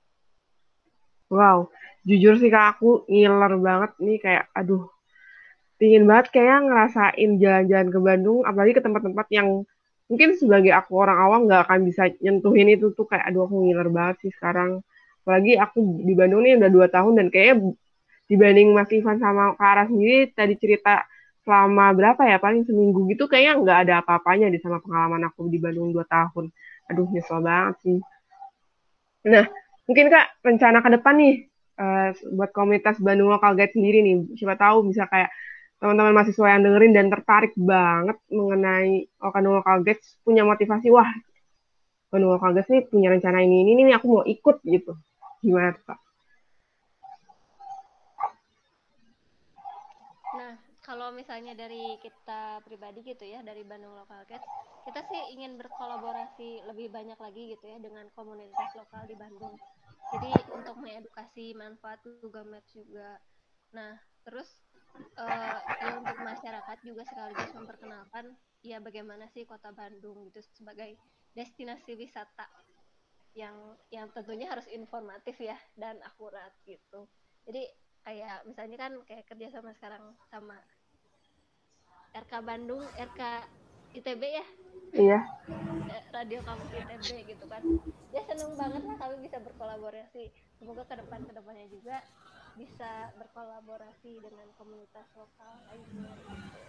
Wow, jujur sih Kak, aku ngiler banget nih kayak, aduh, pingin banget kayak ngerasain jalan-jalan ke Bandung, apalagi ke tempat-tempat yang mungkin sebagai aku orang awam nggak akan bisa nyentuhin itu tuh kayak, aduh aku ngiler banget sih sekarang. Apalagi aku di Bandung nih udah 2 tahun dan kayaknya dibanding Mas Ivan sama Kak Ara sendiri tadi cerita selama berapa ya, paling seminggu gitu kayaknya nggak ada apa-apanya di sama pengalaman aku di Bandung 2 tahun. Aduh nyesel banget sih. Nah, mungkin Kak, rencana ke depan nih, buat komunitas Bandung Local Guide sendiri nih, siapa tahu bisa kayak teman-teman mahasiswa yang dengerin dan tertarik banget mengenai Bandung Local Guide, punya motivasi, wah, Bandung Local Guide nih punya rencana ini nih, aku mau ikut gitu. Gimana tuh, Kak? Nah, kalau misalnya dari kita pribadi gitu ya, dari Bandung Local Cats, kita sih ingin berkolaborasi lebih banyak lagi gitu ya dengan komunitas lokal di Bandung. Jadi untuk mengedukasi manfaat Google Maps juga. Nah, terus ya untuk masyarakat juga sekaligus memperkenalkan ya bagaimana sih Kota Bandung gitu sebagai destinasi wisata yang tentunya harus informatif ya dan akurat gitu. Jadi kayak misalnya kan kayak kerjasama sekarang sama RK Bandung, RK ITB ya, Iya. Radio Kampus ITB gitu kan. Ya seneng banget lah kami bisa berkolaborasi. Semoga kedepannya juga bisa berkolaborasi dengan komunitas lokal lainnya gitu.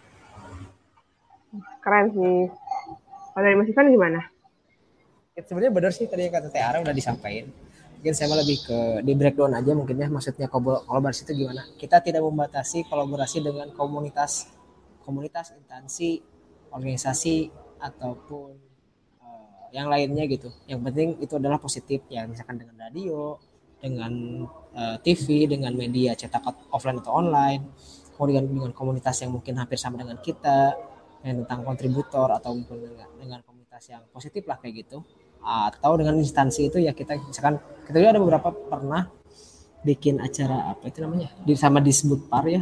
Keren sih. Kalau dari Mas Ivan gimana? Sebenarnya benar sih tadi yang kata Tiara udah disampaikan. Mungkin saya lebih ke di breakdown aja mungkin ya, maksudnya kolaborasi itu gimana. Kita tidak membatasi kolaborasi dengan komunitas, instansi, organisasi ataupun yang lainnya gitu. Yang penting itu adalah positif ya, misalkan dengan radio, dengan TV, dengan media cetak offline atau online, kemudian dengan komunitas yang mungkin hampir sama dengan kita, yang tentang kontributor atau mungkin dengan komunitas yang positif lah kayak gitu. Atau dengan instansi itu ya kita misalkan kita juga ada beberapa pernah bikin acara apa itu namanya sama disebut par ya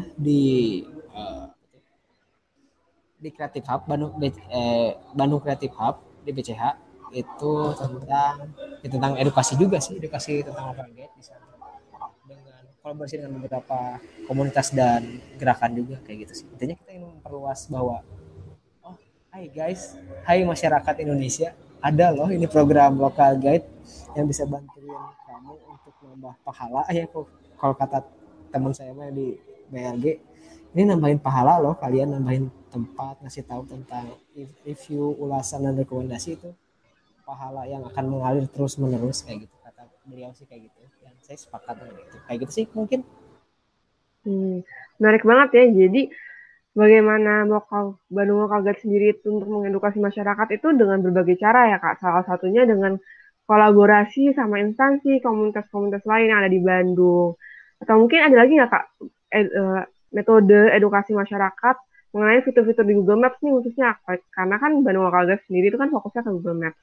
di Creative Hub Bandung Creative Hub di BCH itu tentang edukasi juga sih, edukasi tentang local guide di sana dengan kolaborasi dengan beberapa komunitas dan gerakan juga kayak gitu sih. Intinya kita ingin memperluas bahwa oh hai guys, hai masyarakat Indonesia, ada loh ini program local guide yang bisa bantuin kamu untuk nambah pahala ya kalau kata teman saya mah di BLG, ini nambahin pahala loh, kalian nambahin tempat, ngasih tahu tentang review, ulasan dan rekomendasi itu pahala yang akan mengalir terus menerus kayak gitu kata beliau sih kayak gitu. Dan saya sepakat dengan itu. Kayak gitu sih mungkin. Menarik banget ya. Jadi bagaimana Bandung Local Guide sendiri itu untuk mengedukasi masyarakat itu dengan berbagai cara ya Kak. Salah satunya dengan kolaborasi sama instansi, komunitas-komunitas lain yang ada di Bandung. Atau mungkin ada lagi nggak Kak metode edukasi masyarakat mengenai fitur-fitur di Google Maps nih khususnya apa? Karena kan Bandung Local Guide sendiri itu kan fokusnya ke Google Maps.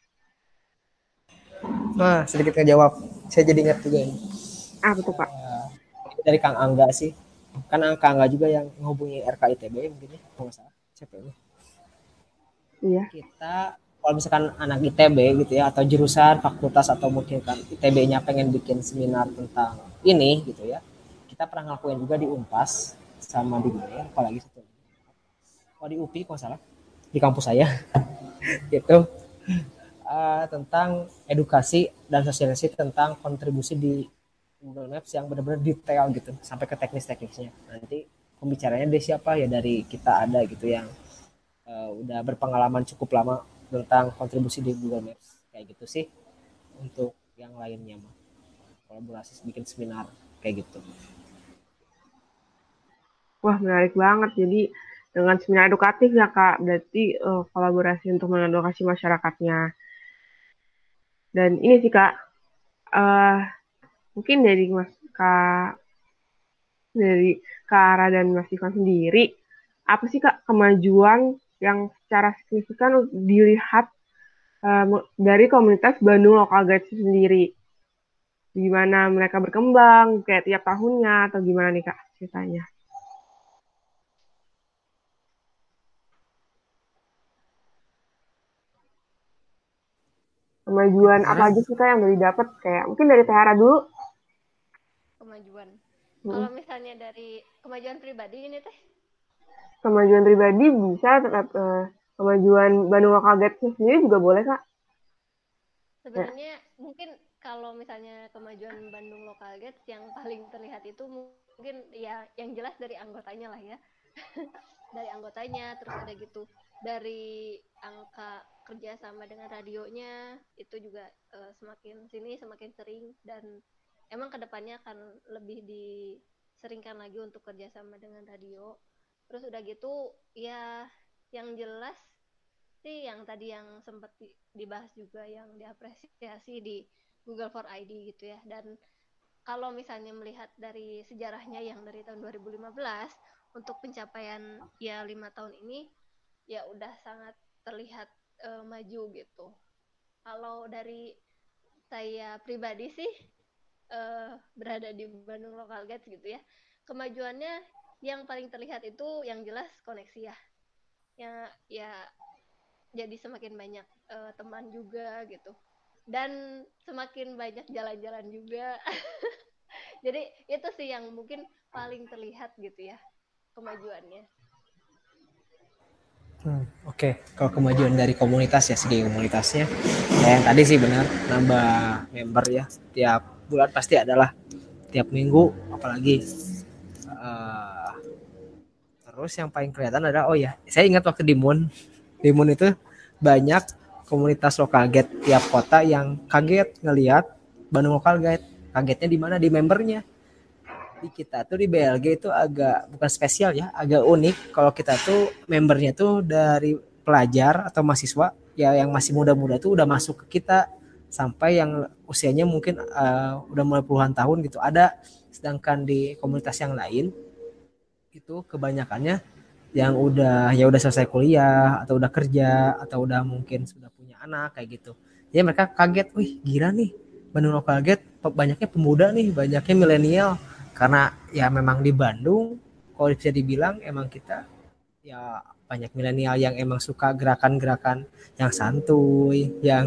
Nah, sedikit ngejawab. Saya jadi ingat juga ini. Betul Pak. Dari Kang Angga sih. Kan Kang Angga juga yang menghubungi RKITB mungkin ya, kalau nggak salah. Siapa ini? Iya. Kita kalau misalkan anak ITB gitu ya, atau jurusan fakultas atau mungkin kan ITB-nya pengen bikin seminar tentang ini gitu ya, kita pernah ngelakuin juga di Unpas sama di mana apalagi satu di UPI kalau salah di kampus saya gitu tentang edukasi dan sosialisasi tentang kontribusi di Google Maps yang benar-benar detail gitu sampai ke teknis-teknisnya. Nanti pembicaranya dari siapa ya, dari kita ada gitu yang udah berpengalaman cukup lama tentang kontribusi di Google Maps kayak gitu sih. Untuk yang lainnya mah kolaborasi bikin seminar kayak gitu. Wah menarik banget. Jadi dengan seminar edukatif ya Kak, berarti kolaborasi untuk mengedukasi masyarakatnya. Dan ini sih Kak, mungkin dari Kak Ara dan Mas Ivan sendiri, apa sih Kak kemajuan yang secara signifikan dilihat dari komunitas Bandung Local Guide sendiri? gimana mereka berkembang kayak tiap tahunnya atau gimana nih Kak ceritanya? Kemajuan apa Tiara, aja sih Kak yang udah didapat? Kayak mungkin dari Tehara dulu. Kemajuan. Hmm. Kalau misalnya dari kemajuan pribadi ini teh, Kemajuan pribadi bisa tetap kemajuan Bandung Local Guides sendiri juga boleh Kak. Ya. sebenarnya mungkin kalau misalnya kemajuan Bandung Local Guides yang paling terlihat itu mungkin ya yang jelas dari anggotanya lah ya. Dari anggotanya, terus udah gitu dari angka kerja sama dengan radionya itu juga semakin sini semakin sering, dan emang kedepannya akan lebih diseringkan lagi untuk kerjasama dengan radio. Terus udah gitu ya, yang jelas sih yang tadi yang sempat dibahas juga yang diapresiasi di Google for ID gitu ya. Dan kalau misalnya melihat dari sejarahnya yang dari tahun 2015 untuk pencapaian ya 5 tahun ini ya udah sangat terlihat maju gitu. Kalau dari saya pribadi sih berada di Bandung Local Guides gitu ya, kemajuannya yang paling terlihat itu yang jelas koneksi ya, ya jadi semakin banyak teman juga gitu, dan semakin banyak jalan-jalan juga. Jadi itu sih yang mungkin paling terlihat gitu ya kemajuannya. Oke. Kalau kemajuan dari komunitas ya, segi komunitasnya, ya yang tadi sih benar, nambah member ya, tiap bulan pasti adalah, tiap minggu apalagi. Eh, Terus yang paling kelihatan adalah, oh ya, saya ingat waktu di Moon itu banyak komunitas lokal guide tiap kota yang kaget ngelihat Bandung lokal guide. Kagetnya di mana? Di membernya. Di kita tuh di BLG itu agak bukan spesial ya, agak unik. Kalau kita tuh membernya tuh dari pelajar atau mahasiswa ya, yang masih muda-muda tuh udah masuk ke kita, sampai yang usianya mungkin udah mulai puluhan tahun gitu ada. Sedangkan di komunitas yang lain itu kebanyakannya yang udah selesai kuliah atau udah kerja atau udah mungkin sudah punya anak kayak gitu. Ya mereka kaget, wih gila nih, Bandung lokal kaget banyaknya pemuda nih, banyaknya milenial. Karena ya memang di Bandung kalau bisa dibilang emang kita ya banyak milenial yang emang suka gerakan-gerakan yang santuy, yang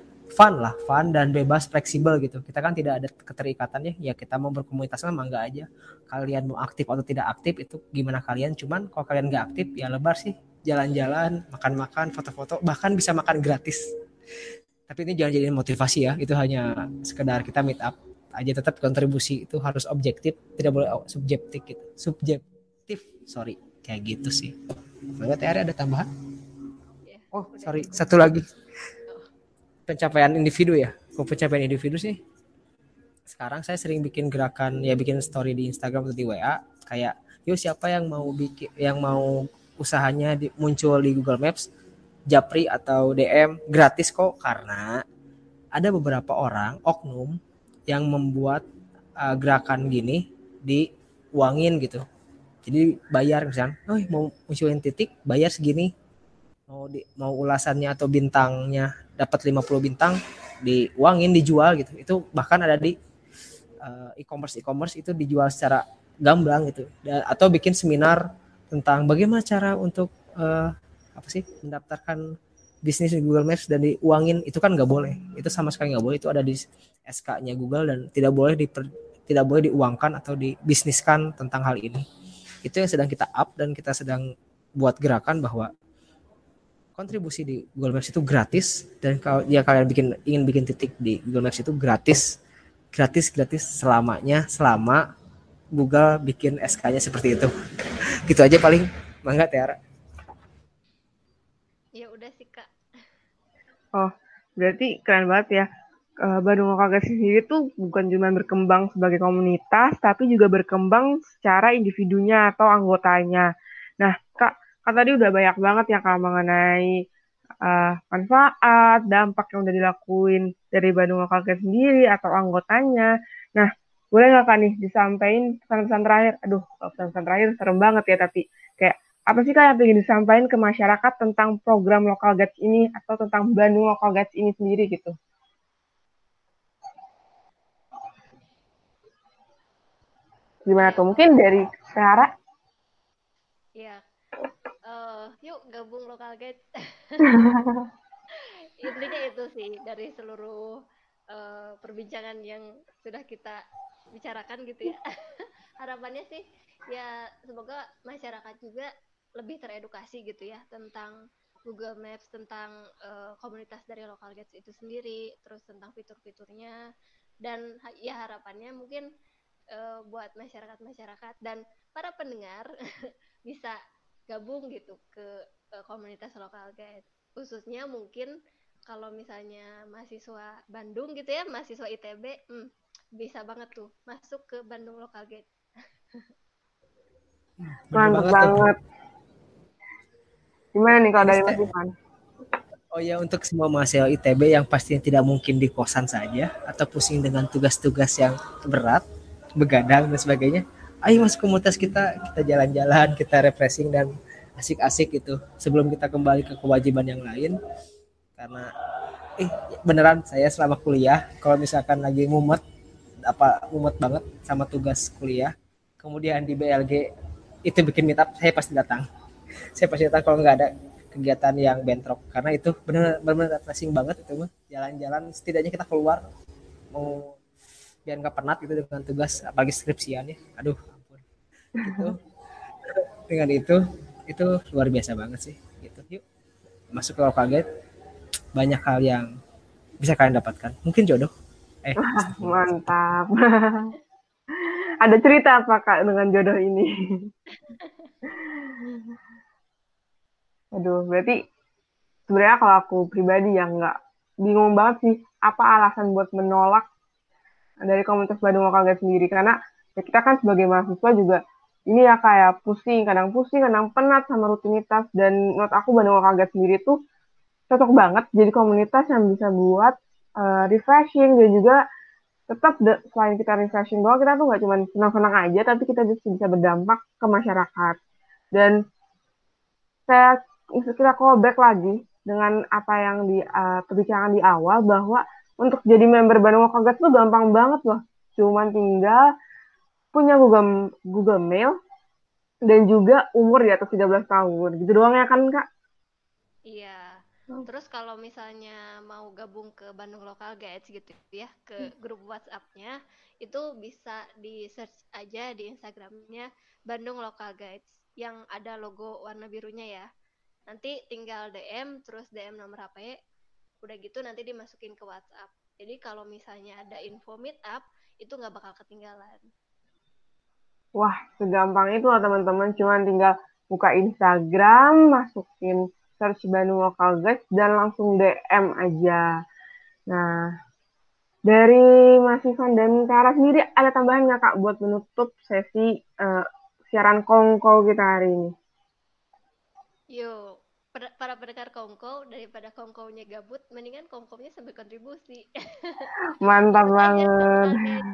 fun dan bebas, fleksibel gitu. Kita kan tidak ada keterikatannya, ya kita mau berkomunitas sama mangga aja. Kalian mau aktif atau tidak aktif itu gimana kalian, cuman kalau kalian nggak aktif ya lebar sih, jalan-jalan, makan-makan, foto-foto, bahkan bisa makan gratis. Tapi ini jangan jadi motivasi ya, itu hanya sekedar kita meet up aja, tetap kontribusi itu harus objektif, tidak boleh subjektif gitu. Subjektif, sorry, kayak gitu sih. Mangga TR ada tambahan? Ya, Oh, udah sorry, itu. satu lagi, Oh, pencapaian individu ya. Kalau pencapaian individu sih, sekarang saya sering bikin gerakan ya, bikin story di Instagram atau di WA kayak, yuk siapa yang mau bikin, yang mau usahanya muncul di Google Maps, Japri atau DM gratis kok. Karena ada beberapa orang oknum yang membuat gerakan gini diuangin gitu. Jadi bayar misalnya, oh mau munculin titik bayar segini, mau ulasannya atau bintangnya dapat 50 bintang diuangin, dijual gitu. Itu bahkan ada di e-commerce itu dijual secara gamblang gitu. Atau bikin seminar tentang bagaimana cara untuk apa sih, mendaftarkan bisnis di Google Maps dan diuangin. Itu kan nggak boleh, itu sama sekali nggak boleh. Itu ada di SK-nya Google dan tidak boleh diuangkan atau dibisniskan tentang hal ini. Itu yang sedang kita up dan kita sedang buat gerakan bahwa kontribusi di Google Maps itu gratis, dan kalau ya kalian ingin bikin titik di Google Maps itu gratis selamanya, selama Google bikin SK-nya seperti itu. Gitu aja paling. Mangga Tiara. ya udah sih Kak. Oh, berarti keren banget ya. Bandung Local Guides sendiri tuh bukan cuma berkembang sebagai komunitas, tapi juga berkembang secara individunya atau anggotanya. Nah, Kak, kan tadi udah banyak banget ya Kak mengenai manfaat, dampak yang udah dilakuin dari Bandung Local Guides sendiri atau anggotanya. Nah, boleh nggak Kak nih disampaikan pesan-pesan terakhir? Aduh, pesan-pesan terakhir serem banget ya, tapi kayak apa sih Kak yang ingin disampaikan ke masyarakat tentang program Local Guides ini atau tentang Bandung Local Guides ini sendiri gitu? Gimana tuh? Mungkin dari Sarah? Ya, yuk gabung Local Guide. Intinya itu sih dari seluruh perbincangan yang sudah kita bicarakan gitu ya. Harapannya sih ya semoga masyarakat juga lebih teredukasi gitu ya tentang Google Maps, tentang komunitas dari Local Guides itu sendiri, terus tentang fitur-fiturnya, dan ya harapannya mungkin buat masyarakat dan para pendengar bisa gabung gitu ke komunitas Local Guides, khususnya mungkin kalau misalnya mahasiswa Bandung gitu ya, mahasiswa ITB, bisa banget tuh masuk ke Bandung Local Guide. Mantap banget. Gimana nih kalau dari Mas Ivan? Oh ya, untuk semua mahasiswa ITB yang pastinya tidak mungkin di kosan saja atau pusing dengan tugas-tugas yang berat, begadang dan sebagainya, ayo masuk komunitas kita jalan-jalan, kita refreshing dan asik-asik itu sebelum kita kembali ke kewajiban yang lain. Karena beneran saya selama kuliah kalau misalkan lagi mumet banget sama tugas kuliah, kemudian di BLG itu bikin meetup, saya pasti datang kalau nggak ada kegiatan yang bentrok, karena itu benar-benar refreshing banget itu mah, jalan-jalan setidaknya kita keluar mau biar nggak penat gitu dengan tugas apalagi skripsian ya, aduh ampun gitu. Dengan itu luar biasa banget sih gitu. Yuk masuk ke Local Guide, banyak hal yang bisa kalian dapatkan, mungkin jodoh. Mantap. Ada cerita apa Kak dengan jodoh ini? Aduh, berarti sebenarnya kalau aku pribadi yang nggak bingung banget sih apa alasan buat menolak dari komunitas Bandung Local Guide sendiri, karena ya kita kan sebagai mahasiswa juga ini ya kayak kadang penat sama rutinitas, dan menurut aku Bandung Local Guide sendiri tuh cocok banget jadi komunitas yang bisa buat refreshing, dan juga tetap selain kita refreshing doang, kita tuh nggak cuma senang-senang aja, tapi kita bisa berdampak ke masyarakat. Dan kita callback lagi dengan apa yang perbincangan di awal, bahwa untuk jadi member Bandung Local Guides itu gampang banget loh. Cuman tinggal punya Google Mail dan juga umur di atas 13 tahun. Gitu doang ya kan, Kak? Iya. Terus kalau misalnya mau gabung ke Bandung Local Guides gitu ya, ke grup WhatsApp-nya, itu bisa di search aja di Instagram-nya Bandung Local Guides yang ada logo warna birunya ya. Nanti tinggal DM, terus DM nomor HP, udah gitu nanti dimasukin ke WhatsApp. Jadi kalau misalnya ada info meet up, itu nggak bakal ketinggalan. Wah, segampang itu loh teman-teman. Cuman tinggal buka Instagram, masukin search Bandung Local Guides, dan langsung DM aja. Nah, dari Mas Ivan dan Kara sendiri, ada tambahan nggak Kak buat menutup sesi siaran Kongko kita hari ini? Yuk, para pendengar Kongko, daripada Kongkonya gabut, mendingan Kongkonya sambil kontribusi. Mantap banget.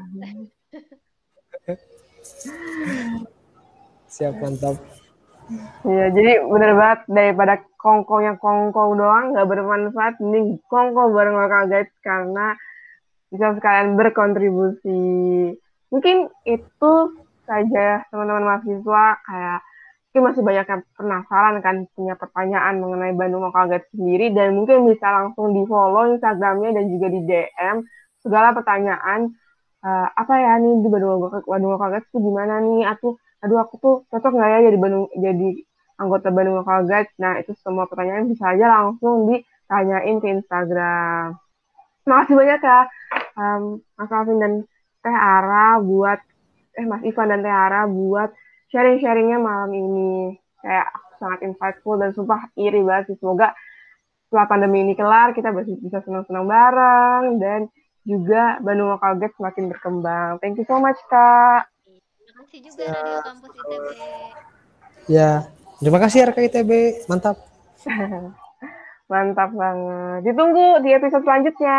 Siap, mantap. Iya, jadi bener banget, daripada Kongko yang Kongko doang nggak bermanfaat, mending Kongko bareng Local Guides karena bisa sekalian berkontribusi. Mungkin itu saja teman-teman mahasiswa, kayak mungkin masih banyak yang penasaran kan, punya pertanyaan mengenai Bandung Local Guides sendiri, dan mungkin bisa langsung di follow Instagramnya dan juga di DM segala pertanyaan. Apa ya nih di Bandung Local Guides itu gimana nih? Aduh aku tuh cocok nggak ya jadi anggota Bandung Local Guides? Nah, itu semua pertanyaan bisa aja langsung ditanyain ke Instagram. Makasih banyak ya Mas Alvin dan Teh Ara Mas Ivan dan Teh Ara buat sharing-sharingnya malam ini. Kayak sangat insightful dan sumpah iri banget sih. Semoga setelah pandemi ini kelar, kita bisa senang-senang bareng, dan juga Bandung Local Guides semakin berkembang. Thank you so much, Kak. Terima kasih juga Radio Kampus ITB. Ya, terima kasih RK ITB. Mantap. Mantap banget. Ditunggu di episode selanjutnya.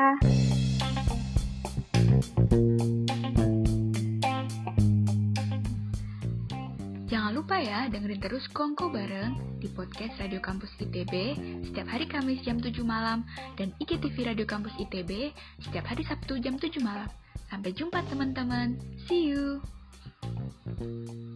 Jangan lupa ya dengerin terus Kongko bareng di podcast Radio Kampus ITB setiap hari Kamis jam 7 malam dan IGTV Radio Kampus ITB setiap hari Sabtu jam 7 malam. Sampai jumpa teman-teman. See you. Bye.